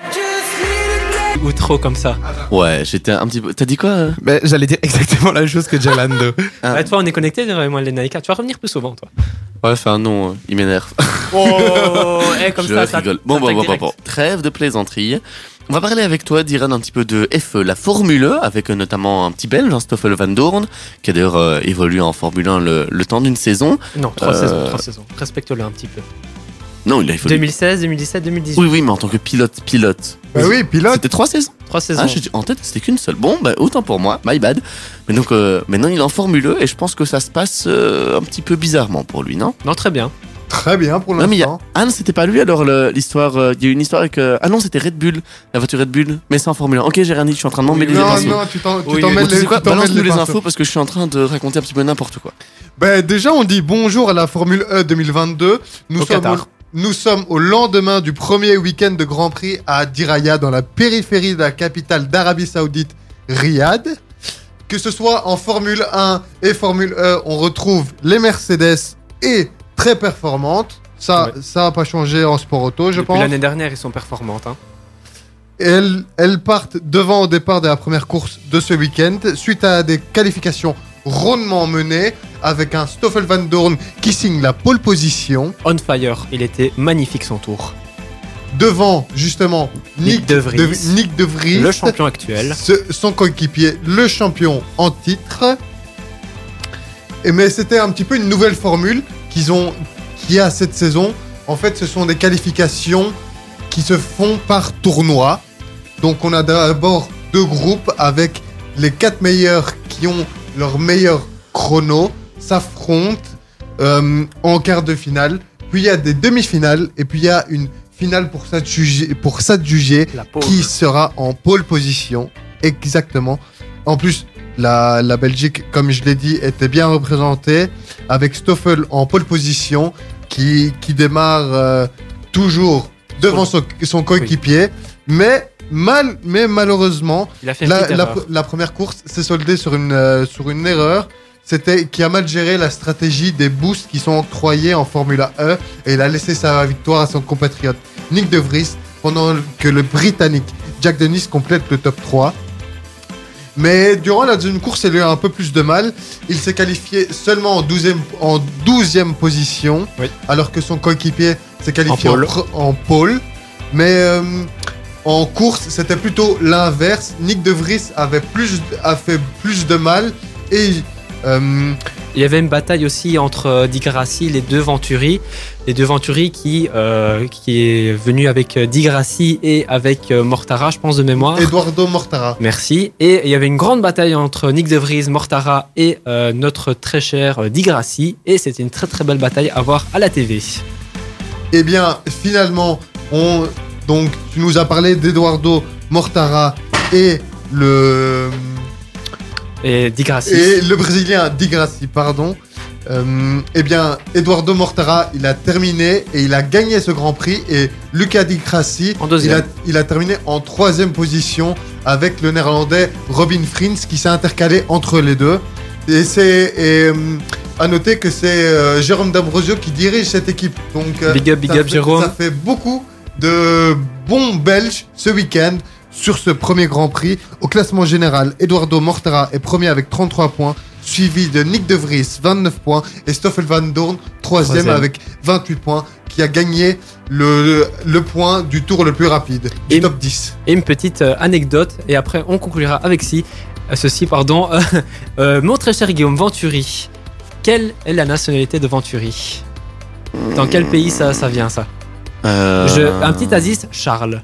Ou trop comme ça. Ouais, j'étais un petit peu... T'as dit quoi Bah, j'allais dire exactement la même chose que Gerlando. Ouais, toi, on est connectés, moi, les Nike. Tu vas revenir plus souvent, toi. Ouais, enfin non, il m'énerve. Oh, comme Je ça rigole. ça Bon, t'attaque direct. trêve de plaisanterie. On va parler avec toi, Diran, un petit peu de F1, la Formule 1, avec notamment un petit Belge, Stoffel Van Dorn, qui a d'ailleurs évolué en Formule 1 le temps d'une saison. Non, 3 saisons. Respecte-le un petit peu. Non, il a évolué. 2016, 2017, 2018. Oui, mais en tant que pilote. Bah oui, pilote. C'était 3 saisons. 3 saisons. Ah, en tête, c'était qu'une seule. Bon, bah, autant pour moi, my bad. Mais donc, maintenant, il est en Formule 1 et je pense que ça se passe un petit peu bizarrement pour lui, non? Non, très bien. Très bien pour Non, mais l'instant. Ah non, c'était pas lui alors l'histoire. Il y a eu une histoire avec. Ah non, c'était Red Bull, la voiture Red Bull, mais c'est en Formule 1. Ok, j'ai rien dit, je suis en train de m'emmêler les Non, pinceaux. non, tu Bon, t'emmènes tu sais quoi, balance-nous les pinceaux. infos parce que je suis en train de raconter un petit peu n'importe quoi. Ben, déjà, on dit bonjour à la Formule E 2022. Nous sommes au lendemain du premier week-end de Grand Prix à Diriyah, dans la périphérie de la capitale d'Arabie Saoudite, Riyad. Que ce soit en Formule 1 et Formule E, on retrouve les Mercedes et très performantes. Ça n'a pas changé en sport auto, je Depuis pense. l'année dernière, ils sont performantes. Hein. Elles partent devant au départ de la première course de ce week-end, suite à des qualifications rondement menées, avec un Stoffel Van Dorn qui signe la pole position, On fire, il était magnifique son tour. devant justement Nick De Vries. Nick De Vries, Le champion actuel. son coéquipier, le champion en titre. Mais c'était un petit peu une nouvelle formule qu'il y a cette saison. En fait, ce sont des qualifications qui se font par tournoi. Donc on a d'abord 2 groupes avec les 4 meilleurs qui ont leur meilleur chrono s'affrontent en quart de finale. Puis il y a des demi-finales et puis il y a une finale pour s'adjuger La pole. qui sera en pole position. Exactement. En plus, la Belgique, comme je l'ai dit, était bien représentée avec Stoffel en pole position qui démarre toujours devant son coéquipier. Mais malheureusement, Il a fait une petite erreur. la première course s'est soldée sur une erreur. Qui a mal géré la stratégie des boosts qui sont octroyés en Formula E et il a laissé sa victoire à son compatriote Nick De Vries pendant que le Britannique Jack Dennis complète le top 3. Mais durant la deuxième course, il a eu un peu plus de mal. Il s'est qualifié seulement en 12e position, Oui. alors que son coéquipier s'est qualifié En pole. en pole. Mais en course, c'était plutôt l'inverse. Nick De Vries a fait plus de mal et Il y avait une bataille aussi entre Di Grassi, les deux Venturi qui est venu avec Di Grassi et avec Mortara, je pense de mémoire. Eduardo Mortara. Merci. Et il y avait une grande bataille entre Nick De Vries, Mortara et notre très cher Di Grassi. Et c'était une très très belle bataille à voir à la TV. Eh bien, finalement, donc tu nous as parlé d'Eduardo Mortara et Et Di Grassi. Et le Brésilien Di Grassi, pardon. Eh bien, Eduardo Mortara, il a terminé et il a gagné ce Grand Prix. Et Luca Di Grassi, En deuxième. il a terminé en 3e position avec le néerlandais Robin Friens qui s'est intercalé entre les deux. Et à noter que c'est Jérôme D'Ambrosio qui dirige cette équipe. Donc, big up Jérôme. Ça fait beaucoup de bons Belges ce week-end sur ce premier Grand Prix. Au classement général, Eduardo Mortara est premier avec 33 points, suivi de Nick De Vries, 29 points, et Stoffel Van Dorn, troisième avec 28 points, qui a gagné le point du tour le plus rapide, du top 10. Et une petite anecdote, et après on conclura avec ceci. Mon très cher Guillaume, Venturi, quelle est la nationalité de Venturi? Dans quel pays ça vient, ça? Un petit Aziz, Charles,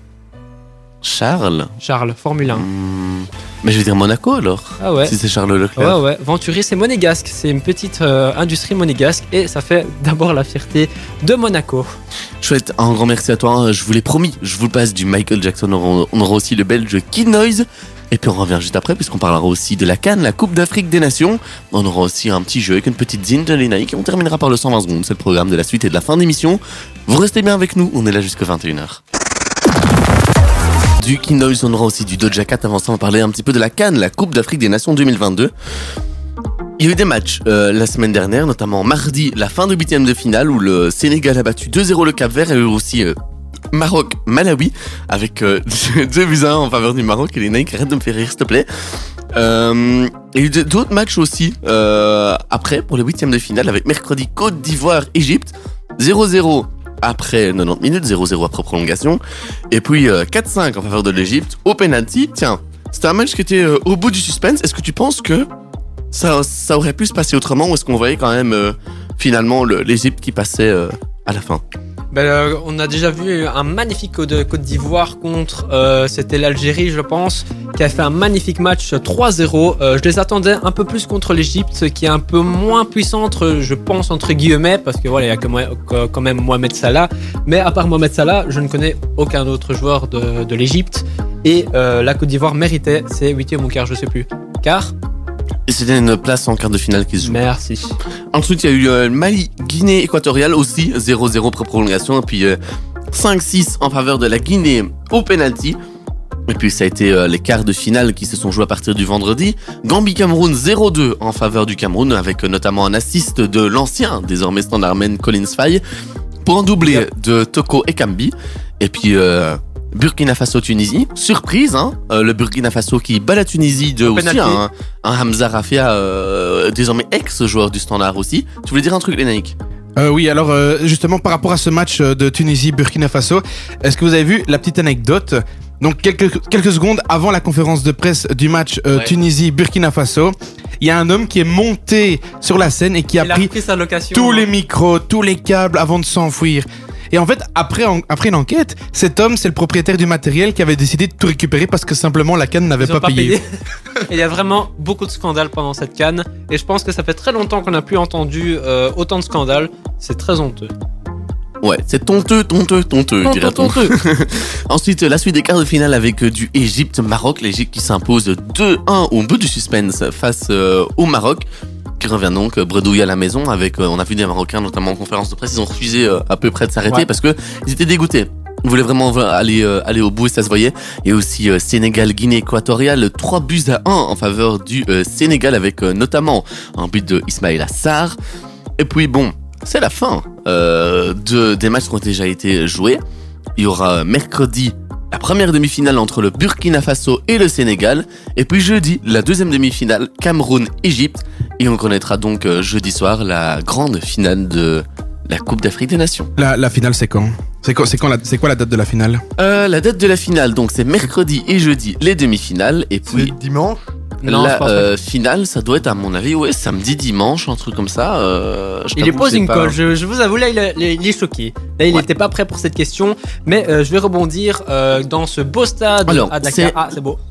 Formule 1. Mais je vais dire Monaco alors. Ah ouais. Si c'est Charles Leclerc. Ouais. Venturi, c'est monégasque. C'est une petite industrie monégasque et ça fait d'abord la fierté de Monaco. Chouette, un grand merci à toi. Je vous l'ai promis, je vous passe du Michael Jackson. On aura aussi le belge Kid Noise. Et puis on revient juste après, puisqu'on parlera aussi de la CAN, la Coupe d'Afrique des Nations. On aura aussi un petit jeu avec une petite zine de l'Enaïk et on terminera par le 120 secondes. C'est le programme de la suite et de la fin d'émission. Vous restez bien avec nous, on est là jusqu'à 21h. Du Kid Noise, on aura aussi du Doja Cat. Avant ça, on va parler un petit peu de la CAN, la Coupe d'Afrique des Nations 2022. Il y a eu des matchs la semaine dernière, notamment mardi, la fin de 8e de finale où le Sénégal a battu 2-0 le Cap-Vert et aussi Maroc-Malawi avec 2-1 en faveur du Maroc. Et les Nike, arrête de me faire rire s'il te plaît. Il y a eu d'autres matchs aussi après pour les 8e de finale avec mercredi Côte d'Ivoire-Égypte 0-0 après 90 minutes, 0-0 après prolongation, et puis 4-5 en faveur de l'Égypte au penalty. Tiens, c'était un match qui était au bout du suspense. Est-ce que tu penses que ça aurait pu se passer autrement, ou est-ce qu'on voyait quand même finalement l'Égypte qui passait à la fin? On a déjà vu un magnifique Côte d'Ivoire contre, c'était l'Algérie je pense, qui a fait un magnifique match 3-0. Je les attendais un peu plus contre l'Égypte, qui est un peu moins puissante, je pense entre guillemets, parce que voilà, il y a quand même Mohamed Salah. Mais à part Mohamed Salah, je ne connais aucun autre joueur de l'Égypte. Et la Côte d'Ivoire méritait ses 8e ou quart, je sais plus. Quart. Et c'était une place en quart de finale qui se joue. Merci. Ensuite, il y a eu Mali, Guinée équatoriale aussi, 0-0 pré-prolongation. Et puis 5-6 en faveur de la Guinée au penalty. Et puis ça a été les quarts de finale qui se sont joués à partir du vendredi. Gambie-Cameroun 0-2 en faveur du Cameroun, avec notamment un assist de l'ancien, désormais standardman Collins Faye, pour un doublé de Toko Ekambi. Et puis Burkina Faso-Tunisie, surprise, hein, le Burkina Faso qui bat la Tunisie de aussi un Hamza Rafia, désormais ex-joueur du Standard aussi. Tu voulais dire un truc, Lénaïque? Oui, alors justement par rapport à ce match de Tunisie-Burkina Faso, est-ce que vous avez vu la petite anecdote? Donc quelques secondes avant la conférence de presse du match Tunisie-Burkina Faso, il y a un homme qui est monté sur la scène et qui a pris sa location, tous les micros, tous les câbles avant de s'enfuir. Et en fait, après une enquête, cet homme, c'est le propriétaire du matériel qui avait décidé de tout récupérer parce que simplement la CAN n'avait pas payé. Il y a vraiment beaucoup de scandales pendant cette CAN. Et je pense que ça fait très longtemps qu'on n'a plus entendu autant de scandales. C'est très honteux. Ouais, c'est tonteux, dirait-on. Ensuite, la suite des quarts de finale avec du Égypte-Maroc. L'Égypte qui s'impose 2-1 au bout du suspense face au Maroc, qui revient donc bredouille à la maison avec, on a vu des Marocains notamment en conférence de presse, ils ont refusé à peu près de s'arrêter parce que ils étaient dégoûtés. Ils voulaient vraiment aller au bout et ça se voyait. Et aussi Sénégal-Guinée équatoriale, 3-1 en faveur du Sénégal avec notamment un but de Ismaïla Sarr. Et puis bon, c'est la fin des matchs qui ont déjà été joués. Il y aura mercredi la première demi-finale entre le Burkina Faso et le Sénégal. Et puis jeudi, la deuxième demi-finale, Cameroun-Égypte. Et on connaîtra donc jeudi soir la grande finale de la Coupe d'Afrique des Nations. La finale, c'est quand? C'est quoi la date de la finale? La date de la finale, donc c'est mercredi et jeudi, les demi-finales. Et puis c'est dimanche? Non, la finale, ça doit être à mon avis, ouais, samedi, dimanche, un truc comme ça. Il est posé une colle, je vous avoue, là il est choqué. Là il n'était pas prêt pour cette question, mais je vais rebondir dans ce beau stade à Dakar. C'est beau.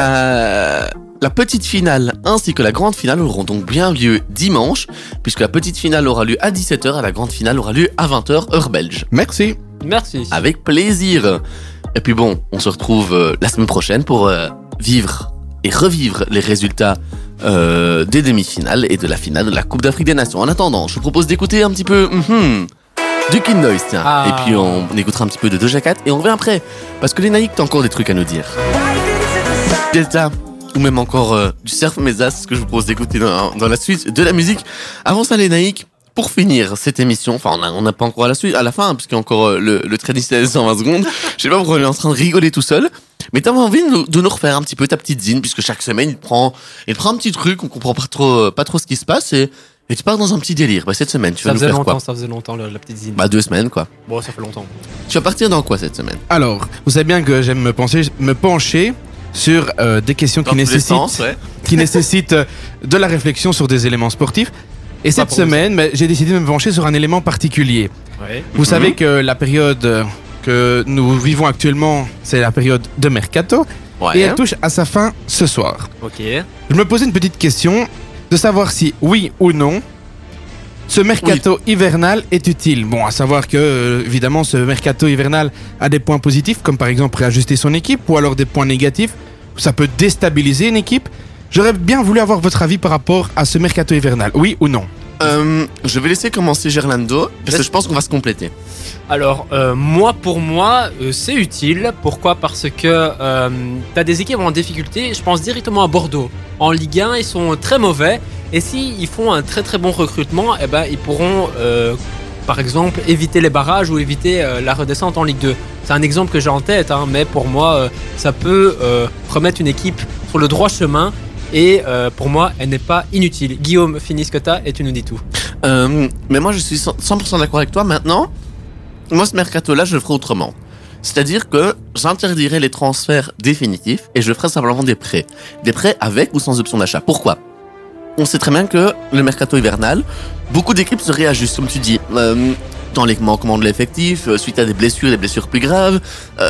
La petite finale ainsi que la grande finale auront donc bien lieu dimanche, puisque la petite finale aura lieu à 17h et la grande finale aura lieu à 20h, heure belge. Merci. Avec plaisir. Et puis bon, on se retrouve la semaine prochaine pour vivre et revivre les résultats des demi-finales et de la finale de la Coupe d'Afrique des Nations. En attendant, je vous propose d'écouter un petit peu du Kid Noise, tiens. Et puis on écoutera un petit peu de Doja Cat et on revient après, parce que les Naïcs, t'as encore des trucs à nous dire. Delta ou même encore du Surf Mesa, ce que je vous propose d'écouter dans la suite de la musique. Avant ça, les Naïcs, pour finir cette émission, enfin on n'a pas encore à la fin, puisqu'il y a encore le traditionnel 120 secondes. Je sais pas pourquoi on est en train de rigoler tout seul, mais t'avais envie de nous refaire un petit peu ta petite zine, puisque chaque semaine il prend un petit truc, on comprend pas trop ce qui se passe et tu pars dans un petit délire. Bah, cette semaine, tu vas nous faire quoi? Ça faisait longtemps la petite zine. Bah 2 semaines quoi. Bon, ça fait longtemps. Tu vas partir dans quoi cette semaine? Alors, vous savez bien que j'aime me pencher sur des questions qui nécessitent de la réflexion sur des éléments sportifs. Et cette semaine, j'ai décidé de me pencher sur un élément particulier. Ouais. Vous savez que la période que nous vivons actuellement, c'est la période de Mercato. Ouais. Et elle touche à sa fin ce soir. Ok. Je me posais une petite question de savoir si, oui ou non, ce mercato hivernal est utile. Bon, à savoir que, évidemment, ce mercato hivernal a des points positifs, comme par exemple réajuster son équipe, ou alors des points négatifs. Ça peut déstabiliser une équipe. J'aurais bien voulu avoir votre avis par rapport à ce mercato hivernal, oui ou non? Je vais laisser commencer Gerlando, parce que je pense qu'on va se compléter. Alors, pour moi, c'est utile. Pourquoi? Parce que t'as des équipes en difficulté. Je pense directement à Bordeaux. En Ligue 1, ils sont très mauvais. Et s'ils font un très très bon recrutement, eh ben, ils pourront, par exemple, éviter les barrages ou éviter la redescente en Ligue 2. C'est un exemple que j'ai en tête, hein, mais pour moi, ça peut remettre une équipe sur le droit chemin. Et pour moi, elle n'est pas inutile. Guillaume, finis ce que t'as et tu nous dis tout. Mais moi, je suis 100% d'accord avec toi. Maintenant, moi, ce mercato-là, je le ferai autrement. C'est-à-dire que j'interdirai les transferts définitifs et je ferai simplement des prêts. Des prêts avec ou sans option d'achat. Pourquoi? On sait très bien que le mercato hivernal, beaucoup d'équipes se réajustent, comme tu dis, dans les manquements de l'effectif, suite à des blessures plus graves,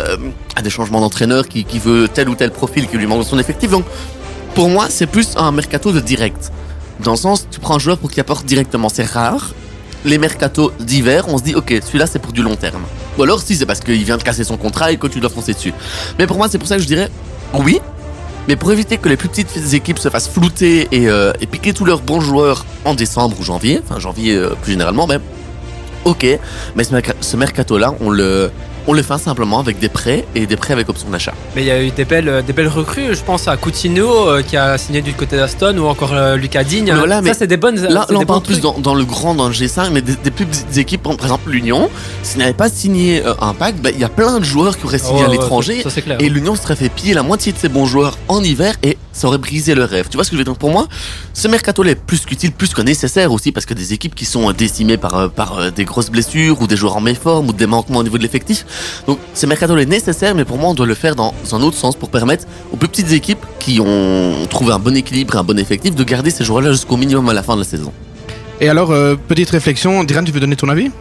à des changements d'entraîneur qui veut tel ou tel profil qui lui manque dans son effectif. Donc, pour moi, c'est plus un mercato de direct. Dans le sens, tu prends un joueur pour qu'il apporte directement. C'est rare. Les mercatos d'hiver, on se dit, ok, celui-là, c'est pour du long terme. Ou alors, si, c'est parce qu'il vient de casser son contrat et que tu dois foncer dessus. Mais pour moi, c'est pour ça que je dirais, oui. Mais pour éviter que les plus petites équipes se fassent flouter et piquer tous leurs bons joueurs en décembre ou janvier, enfin janvier plus généralement, ben, ok. Mais ce mercato-là, on le fait simplement avec des prêts et des prêts avec option d'achat. Mais il y a eu des belles recrues. Je pense à Coutinho qui a signé du côté d'Aston ou encore Lucas Digne. Voilà, ça, c'est des bonnes. Là, on parle plus dans le G5, mais des plus petites équipes, par exemple l'Union, s'ils n'avaient pas signé un pacte, il y a plein de joueurs qui auraient signé à l'étranger. Ça, c'est clair. Et l'Union se serait fait piller la moitié de ses bons joueurs en hiver et ça aurait brisé le rêve. Tu vois ce que je veux dire? Pour moi, ce mercato est plus qu'utile, plus que nécessaire aussi, parce que des équipes qui sont décimées par des grosses blessures ou des joueurs en méforme ou des manquements au niveau de l'effectif. Donc, ce mercato est nécessaire, mais pour moi, on doit le faire dans un autre sens pour permettre aux plus petites équipes qui ont trouvé un bon équilibre et un bon effectif de garder ces joueurs-là jusqu'au minimum à la fin de la saison. Et alors, petite réflexion, Diran, tu veux donner ton avis?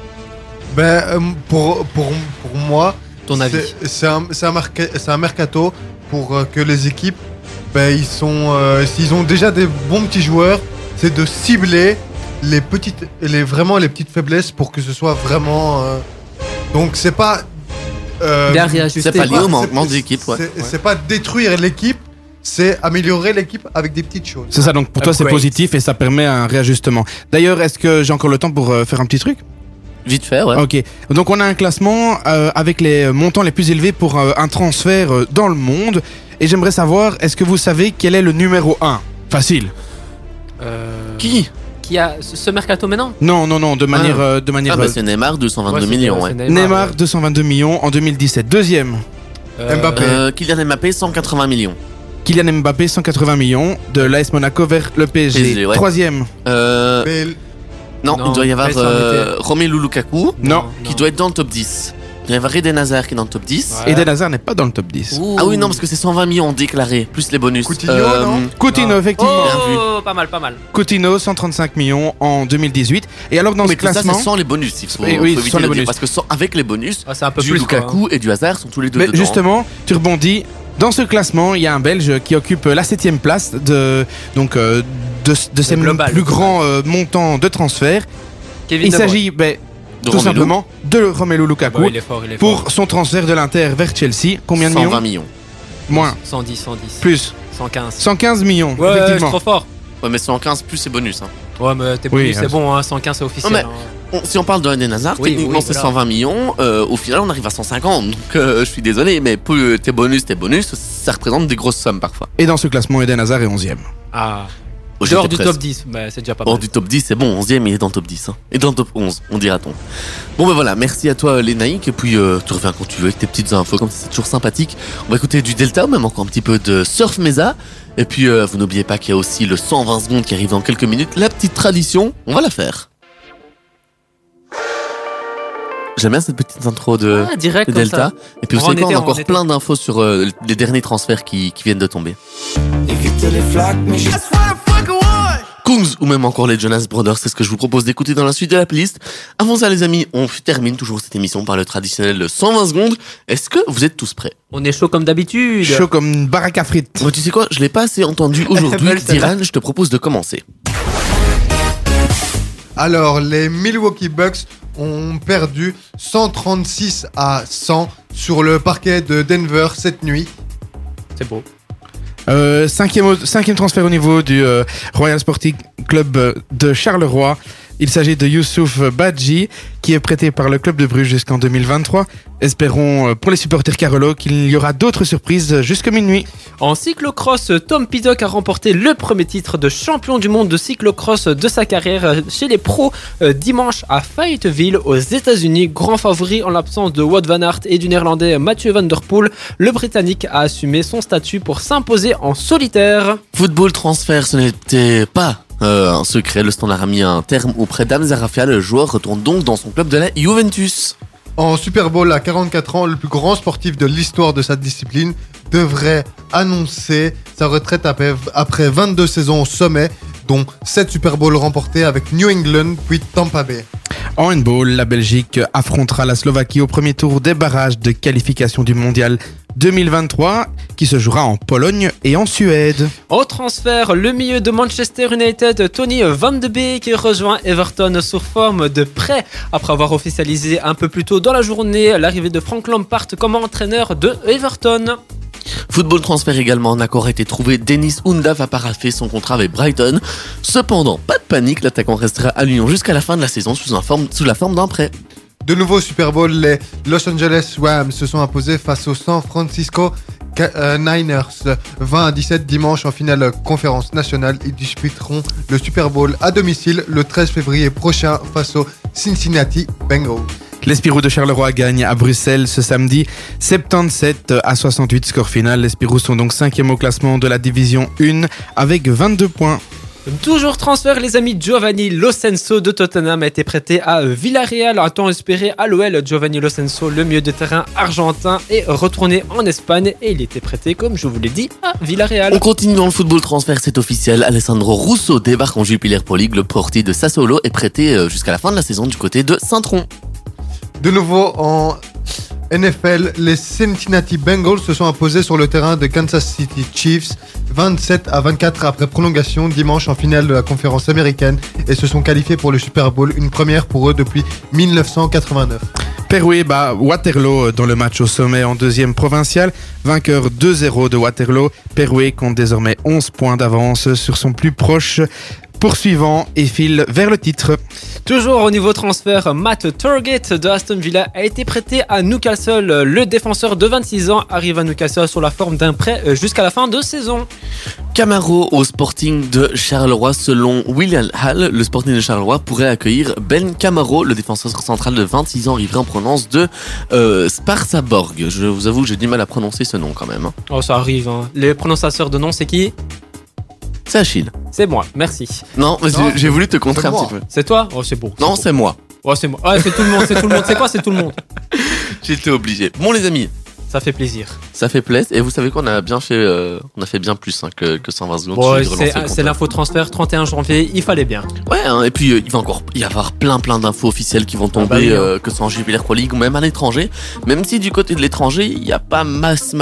Pour moi, ton avis. C'est un mercato pour que les équipes, s'ils ont déjà des bons petits joueurs, c'est de cibler les petites faiblesses pour que ce soit vraiment. Donc c'est pas. Bien réajusté. C'est pas lié au manquement d'équipe. C'est pas détruire l'équipe, c'est améliorer l'équipe avec des petites choses. C'est ça, donc pour toi c'est positif et ça permet un réajustement. D'ailleurs, est-ce que j'ai encore le temps pour faire un petit truc? Vite fait, ouais. Ok, donc on a un classement avec les montants les plus élevés pour un transfert dans le monde. Et j'aimerais savoir, est-ce que vous savez quel est le numéro 1? Facile. Qui a ce mercato maintenant? Non, de manière... c'est Neymar, 222 millions. Ouais. Neymar, 222 millions en 2017. Deuxième. Mbappé. Kylian Mbappé, 180 millions. Kylian Mbappé, 180 millions de l'AS Monaco vers le PSG. Ouais. Troisième. Non, il doit y avoir Romelu Lukaku, qui doit être dans le top 10. Il doit y avoir Eden Hazard qui est dans le top 10. Ouais. Eden Hazard n'est pas dans le top 10. Ouh. Ah oui, non, parce que c'est 120 millions déclarés, plus les bonus. Coutinho, non? Coutinho, effectivement. Oh, pas mal. Coutinho, 135 millions en 2018. Et alors, dans ce classement... ça, c'est sans les bonus, il faut éviter sans les bonus. Parce que avec les bonus, c'est un peu du plus, Lukaku et du Hazard sont tous les deux dedans. Justement, tu rebondis. Dans ce classement, il y a un Belge qui occupe la 7ème place de ces plus grands montants de transfert. Il s'agit... tout simplement de Romelu Lukaku il est fort. Pour son transfert de l'Inter vers Chelsea. Combien de millions? 120 millions. Moins. 110. Plus. 115 millions. Ouais, effectivement. c'est trop fort. Ouais, mais 115 plus c'est bonus. Hein. Ouais, mais tes bonus, c'est bon, hein, 115 c'est officiel. Si on parle de Eden Hazard, techniquement c'est 120 millions. Au final, on arrive à 150. Donc je suis désolé, mais tes bonus, ça représente des grosses sommes parfois. Et dans ce classement, Eden Hazard est 11e. Ah. J'étais Dehors du presque. top 10, bah, c'est déjà pas Hors mal. du top 10, c'est bon, 11e, il est dans le top 10. Hein. Et dans le top 11, on dira-t-on. Bon, ben voilà, merci à toi, les Naïcs. Et puis, tu reviens quand tu veux avec tes petites infos, comme ça, c'est toujours sympathique. On va écouter du Delta, ou même encore un petit peu de Surf Mesa. Et puis, vous n'oubliez pas qu'il y a aussi le 120 secondes qui arrive dans quelques minutes. La petite tradition, on va la faire. J'aime bien cette petite intro de Direct de comme Delta. ça. Et puis, vous En savez quoi, été, on a encore en été. plein d'infos sur les derniers transferts qui viennent de tomber. Kungs ou même encore les Jonas Brothers, c'est ce que je vous propose d'écouter dans la suite de la playlist. Avant ça, les amis, on termine toujours cette émission par le traditionnel 120 secondes. Est-ce que vous êtes tous prêts? On est chaud comme d'habitude. Chaud comme une baraque à frites. Moi, tu sais quoi, je l'ai pas assez entendu aujourd'hui. Belle celle-là. Diran, je te propose de commencer. Alors, les Milwaukee Bucks ont perdu 136-100 sur le parquet de Denver cette nuit. C'est beau. Cinquième transfert au niveau du Royal Sporting Club de Charleroi. Il s'agit de Youssouf Badji, qui est prêté par le club de Bruges jusqu'en 2023. Espérons pour les supporters Carolo qu'il y aura d'autres surprises jusqu'à minuit. En cyclocross, Tom Pidcock a remporté le premier titre de champion du monde de cyclocross de sa carrière chez les pros dimanche à Fayetteville aux États-Unis. Grand favori en l'absence de Wout van Aert et du néerlandais Mathieu van der Poel, le Britannique a assumé son statut pour s'imposer en solitaire. Football transfert, ce n'était pas un secret. Le Standard a mis un terme auprès d'Hamza Rafia. Le joueur retourne donc dans son club de la Juventus. En Super Bowl à 44 ans, le plus grand sportif de l'histoire de sa discipline devrait annoncer sa retraite après 22 saisons au sommet, dont 7 Super Bowls remportés avec New England puis Tampa Bay. En handball, la Belgique affrontera la Slovaquie au premier tour des barrages de qualification du mondial 2023 qui se jouera en Pologne et en Suède. Au transfert, le milieu de Manchester United, Tony Van de Beek, rejoint Everton sous forme de prêt après avoir officialisé un peu plus tôt dans la journée l'arrivée de Frank Lampard comme entraîneur de Everton. Football transfert également, un accord a été trouvé. Dennis Undav va paraphé son contrat avec Brighton. Cependant, pas de panique, l'attaquant restera à l'Union jusqu'à la fin de la saison sous la forme d'un prêt. De nouveau au Super Bowl, les Los Angeles Rams se sont imposés face aux San Francisco Niners 20-17 dimanche en finale conférence nationale. Ils disputeront le Super Bowl à domicile le 13 février prochain face aux Cincinnati Bengals. Les Spirous de Charleroi gagnent à Bruxelles ce samedi 77-68 score final. Les Spirous sont donc 5e au classement de la division 1 avec 22 points. Toujours transfert, les amis, Giovanni Lo Celso de Tottenham a été prêté à Villarreal. À temps espéré à l'OL, Giovanni Lo Celso, le milieu de terrain argentin, est retourné en Espagne et il était prêté, comme je vous l'ai dit, à Villarreal. On continue dans le football transfert, c'est officiel. Alessandro Russo débarque en Jupiler Pro League. Le portier de Sassuolo est prêté jusqu'à la fin de la saison du côté de Saint-Tron. De nouveau en NFL, les Cincinnati Bengals se sont imposés sur le terrain de Kansas City Chiefs 27-24 après prolongation dimanche en finale de la conférence américaine et se sont qualifiés pour le Super Bowl, une première pour eux depuis 1989. Perouet bat Waterloo dans le match au sommet en deuxième provincial. Vainqueur 2-0 de Waterloo, Perouet compte désormais 11 points d'avance sur son plus proche poursuivant et file vers le titre. Toujours au niveau transfert, Matt Turgett de Aston Villa a été prêté à Newcastle. Le défenseur de 26 ans arrive à Newcastle sous la forme d'un prêt jusqu'à la fin de saison. Camaro au Sporting de Charleroi. Selon William Hall, le Sporting de Charleroi pourrait accueillir Ben Camaro, le défenseur central de 26 ans arrivé en provenance de Sparsaborg. Je vous avoue, j'ai du mal à prononcer ce nom quand même. Hein. Oh, ça arrive. Hein. Les prononciateurs de nom, c'est qui ? C'est Achille. C'est moi, merci. Non, mais Non, j'ai voulu te contrer un moi. petit peu. C'est toi ? Oh, c'est beau. Non, c'est moi. Oh, c'est moi. Ouais, c'est tout le monde, c'est tout le monde. C'est quoi, c'est tout le monde ? J'étais obligé. Bon les amis, Ça fait plaisir. ça fait plaisir. Et vous savez qu'on a bien fait, on a fait bien plus que 120 secondes. Bon, J'ai relancé le c'est compteur. l'info transfert 31 janvier, il fallait bien. Ouais, hein, et puis il va encore y avoir plein d'infos officielles qui vont tomber, bah oui, hein. que ce soit en Jupiler Pro League ou même à l'étranger. Même si du côté de l'étranger, il n'y a pas masse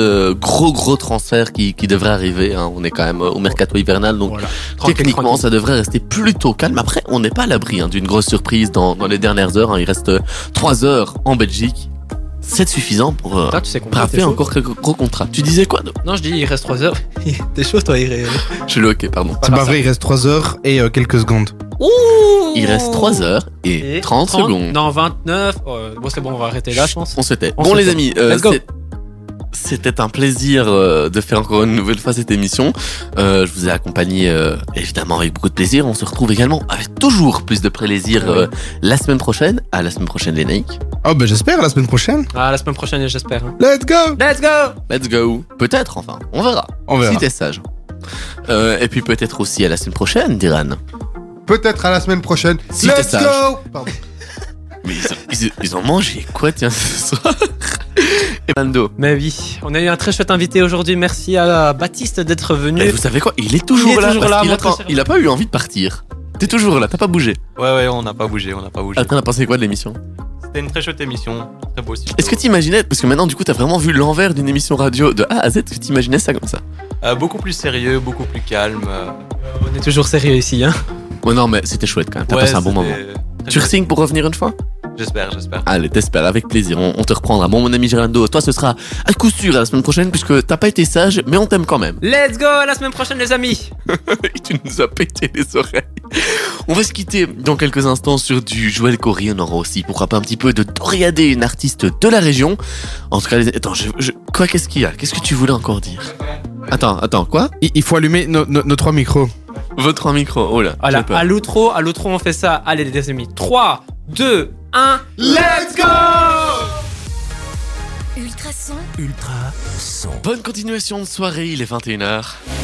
gros transferts qui devraient arriver. Hein. On est quand même au mercato hivernal, donc Voilà. techniquement Tranquille. ça devrait rester plutôt calme. Après, on n'est pas à l'abri d'une grosse surprise dans les dernières heures. Hein. Il reste 3 heures en Belgique. C'est suffisant pour Ah, tu sais combien t'es parfait chaud. encore quelques gros contrats. Tu disais quoi? Non, je dis il reste 3 heures. T'es chaud toi, Iré. Je suis le ok, pardon. C'est pas vrai, il reste 3 heures et quelques secondes. Ouh. Il reste 3 heures et 30 secondes. Non, 29. Bon, c'est bon, on va arrêter là, je pense. On se tait. On Bon se les tait. amis, Let's go. c'est c'était un plaisir de faire encore une nouvelle fois cette émission. Je vous ai accompagné évidemment avec beaucoup de plaisir. On se retrouve également avec toujours plus de plaisir la semaine prochaine. À la semaine prochaine les Nike. Oh ben j'espère à la semaine prochaine. À la semaine prochaine, j'espère. Let's go. Let's go. Let's go. Peut-être enfin, on verra. On verra. Si t'es sage. Et puis peut-être aussi à la semaine prochaine, Diran. Peut-être à la semaine prochaine. Si t'es Let's sage. go. Pardon. Mais ils ont mangé quoi tiens ce soir? Et Mando. Mais oui, on a eu un très chouette invité aujourd'hui. Merci à Baptiste d'être venu. Et vous savez quoi? Il est toujours là. Il a pas eu envie de partir. T'es toujours là, t'as pas bougé. Ouais, on n'a pas bougé, T'en as pensé quoi de l'émission? C'était une très chouette émission, très beau studio. Est-ce que t'imaginais, parce que maintenant du coup t'as vraiment vu l'envers d'une émission radio de A à Z, est-ce que t'imaginais ça comme ça? Beaucoup plus sérieux, beaucoup plus calme. On est toujours sérieux ici, hein. Ouais non mais c'était chouette quand même, t'as passé un bon moment. Tu re-signes pour revenir une fois? J'espère. Allez, t'espères, avec plaisir, on te reprendra. Bon mon ami Gerlando, toi ce sera à coup sûr à la semaine prochaine puisque t'as pas été sage, mais on t'aime quand même. Let's go, à la semaine prochaine les amis. Et tu nous as pété les oreilles. On va se quitter dans quelques instants sur du Joël Corry. On aura aussi, pourquoi pas, un petit peu de Doriadé, une artiste de la région. En tout cas, attends, quoi, qu'est-ce qu'il y a? Qu'est-ce que tu voulais encore dire? Attends, quoi? Il faut allumer nos 3 micros. Vos 3 micros, oh là. Voilà, à l'outro, on fait ça. Allez les amis, 3, 2, 1, let's go! Ultrason. Ultrason. Bonne continuation de soirée, il est 21h.